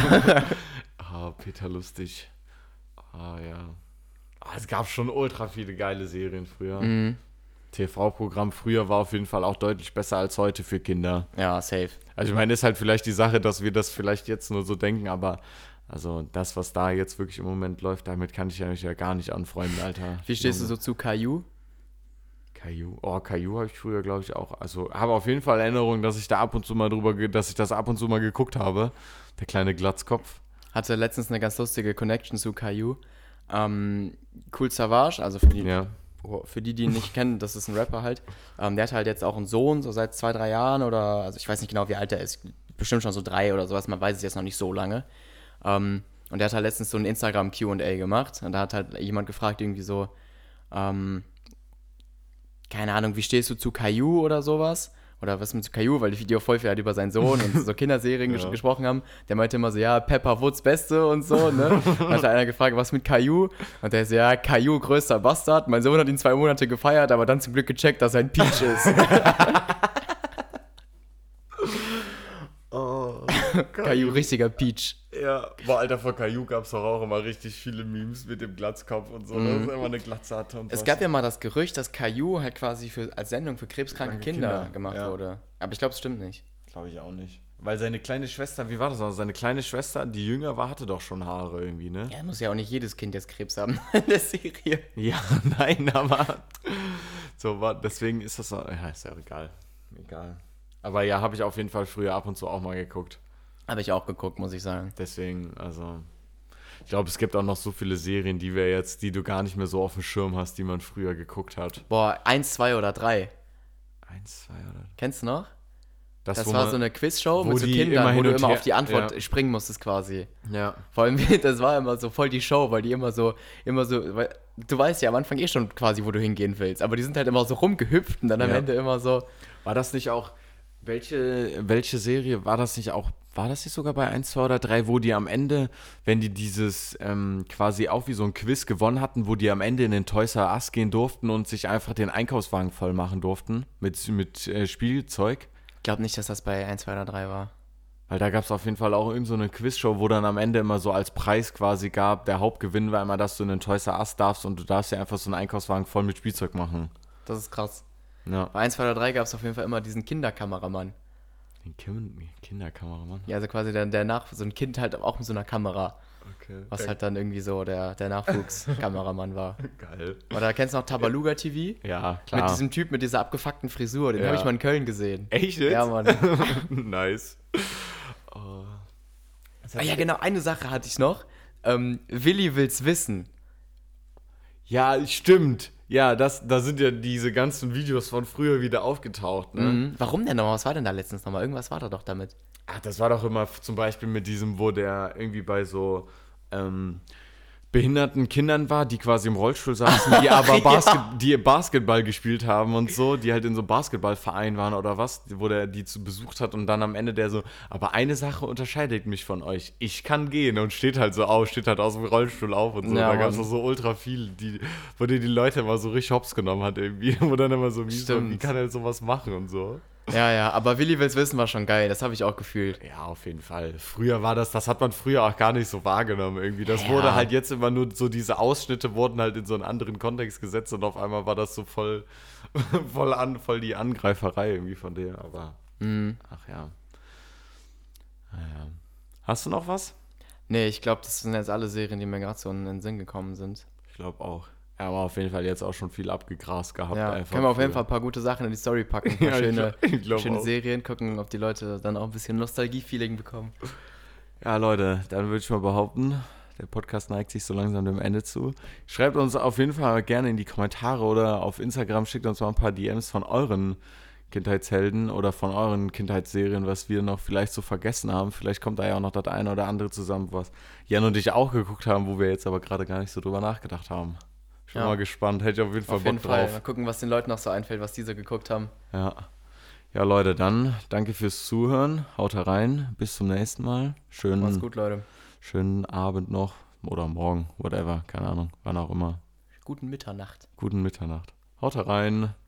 Peter Lustig. Ja. Es gab schon ultra viele geile Serien früher. Mhm. TV-Programm früher war auf jeden Fall auch deutlich besser als heute für Kinder. Ja, safe. Also ich meine, ist halt vielleicht die Sache, dass wir das vielleicht jetzt nur so denken, aber also das, was da jetzt wirklich im Moment läuft, damit kann ich mich ja gar nicht anfreunden, Alter. Wie stehst du so zu Caillou? Caillou? Oh, Caillou habe ich früher, glaube ich, auch. Also habe auf jeden Fall Erinnerungen, dass ich da ab und zu mal dass ich das ab und zu mal geguckt habe. Der kleine Glatzkopf. Hatte letztens eine ganz lustige Connection zu Caillou. Cool Savage, also für die ihn nicht kennen, das ist ein Rapper halt. Der hat halt jetzt auch einen Sohn, so seit 2-3 Jahren oder, also ich weiß nicht genau, wie alt er ist. Bestimmt schon so 3 oder sowas, man weiß es jetzt noch nicht so lange. Und der hat halt letztens so ein Instagram Q&A gemacht und da hat halt jemand gefragt irgendwie so, keine Ahnung, wie stehst du zu Caillou oder sowas? Oder was mit Caillou, weil die Video voll viel halt über seinen Sohn und so Kinderserien gesprochen haben. Der meinte immer so, ja, Pepper Woods Beste und so, ne? Dann hat einer gefragt, was mit Caillou? Und der ist so, ja, Caillou, größter Bastard. Mein Sohn hat ihn 2 Monate gefeiert, aber dann zum Glück gecheckt, dass er ein Peach ist. Caillou, richtiger Peach. Ja, boah, Alter, vor Caillou gab es doch auch immer richtig viele Memes mit dem Glatzkopf und so, dass er immer eine Glatze hatte und so. Es gab ja mal das Gerücht, dass Caillou halt quasi als Sendung für krebskranke Kinder gemacht wurde. Aber ich glaube, es stimmt nicht. Glaube ich auch nicht. Weil seine kleine Schwester, wie war das noch? Seine kleine Schwester, die jünger war, hatte doch schon Haare irgendwie, ne? Ja, muss ja auch nicht jedes Kind jetzt Krebs haben in der Serie. Ja, nein, aber deswegen ist das so, ja, ist ja egal. Aber ja, habe ich auf jeden Fall früher ab und zu auch mal geguckt. Habe ich auch geguckt, muss ich sagen. Deswegen, also, ich glaube, es gibt auch noch so viele Serien, die du gar nicht mehr so auf dem Schirm hast, die man früher geguckt hat. Boah, 1, 2 oder 3. 1, 2 oder 3. Kennst du noch? Das war so eine Quizshow mit so Kindern, wo du immer auf die Antwort springen musstest quasi. Ja. Vor allem, das war immer so voll die Show, weil die immer so, weil, du weißt ja am Anfang schon quasi, wo du hingehen willst, aber die sind halt immer so rumgehüpft und dann am Ende immer so. War das nicht auch, welche Serie war das nicht sogar bei 1, 2 oder 3, wo die am Ende, wenn die dieses quasi auch wie so ein Quiz gewonnen hatten, wo die am Ende in den Toys R Us gehen durften und sich einfach den Einkaufswagen voll machen durften mit Spielzeug? Ich glaube nicht, dass das bei 1, 2 oder 3 war. Weil da gab es auf jeden Fall auch irgend so eine Quizshow, wo dann am Ende immer so als Preis quasi gab, der Hauptgewinn war immer, dass du in den Toys R Us darfst und du darfst ja einfach so einen Einkaufswagen voll mit Spielzeug machen. Das ist krass. Ja. Bei 1, 2 oder 3 gab es auf jeden Fall immer diesen Kinderkameramann. Den Kinderkameramann? Ja, also quasi so ein Kind halt auch mit so einer Kamera. Okay. Was halt dann irgendwie so der Nachwuchskameramann war. Geil. Oder kennst du noch Tabaluga TV? Ja, klar. Mit diesem Typ mit dieser abgefuckten Frisur, den habe ich mal in Köln gesehen. Echt jetzt? Ja, Mann. Nice. Ja, genau, eine Sache hatte ich noch. Willi will's wissen. Ja, stimmt. Ja, da sind ja diese ganzen Videos von früher wieder aufgetaucht, ne? Mhm. Warum denn nochmal? Was war denn da letztens nochmal? Irgendwas war da doch damit. Ach, das war doch immer zum Beispiel mit diesem, wo der irgendwie bei so behinderten Kindern war, die quasi im Rollstuhl saßen, die aber die Basketball gespielt haben und so, die halt in so einem Basketballverein waren oder was, wo der die besucht hat und dann am Ende der so, aber eine Sache unterscheidet mich von euch, ich kann gehen und steht halt aus dem Rollstuhl auf und so. Ja, da gab es so ultra viel, wo die Leute immer so richtig hops genommen hat irgendwie, wo dann immer so, wie kann er sowas machen und so. Ja, aber Willi will's wissen war schon geil, das habe ich auch gefühlt. Ja, auf jeden Fall. Früher war das hat man früher auch gar nicht so wahrgenommen irgendwie. Das wurde halt jetzt immer nur so, diese Ausschnitte wurden halt in so einen anderen Kontext gesetzt und auf einmal war das so voll die Angreiferei irgendwie von der, aber ach ja. Naja. Hast du noch was? Nee, ich glaube, das sind jetzt alle Serien, die mir gerade so in den Sinn gekommen sind. Ich glaube auch. Ja, aber auf jeden Fall jetzt auch schon viel abgegrast gehabt. Ja, einfach können wir auf jeden für- Fall ein paar gute Sachen in die Story packen. Ein paar ich glaub schöne auch. Serien, gucken, ob die Leute dann auch ein bisschen Nostalgie-Feeling bekommen. Ja, Leute, dann würde ich mal behaupten, der Podcast neigt sich so langsam dem Ende zu. Schreibt uns auf jeden Fall gerne in die Kommentare oder auf Instagram, schickt uns mal ein paar DMs von euren Kindheitshelden oder von euren Kindheitsserien, was wir noch vielleicht so vergessen haben. Vielleicht kommt da ja auch noch das eine oder andere zusammen, was Jan und ich auch geguckt haben, wo wir jetzt aber gerade gar nicht so drüber nachgedacht haben. Schon Ja. mal gespannt, hätte ich auf jeden Fall Auf jeden Bock Fall. drauf. Mal gucken, was den Leuten noch so einfällt, was die so geguckt haben. Ja. Ja, Leute, dann danke fürs Zuhören. Haut rein. Bis zum nächsten Mal. Macht's Schönen, gut, Leute. schönen Abend noch oder morgen, whatever. Keine Ahnung, wann auch immer. Guten Mitternacht. Guten Mitternacht. Haut rein.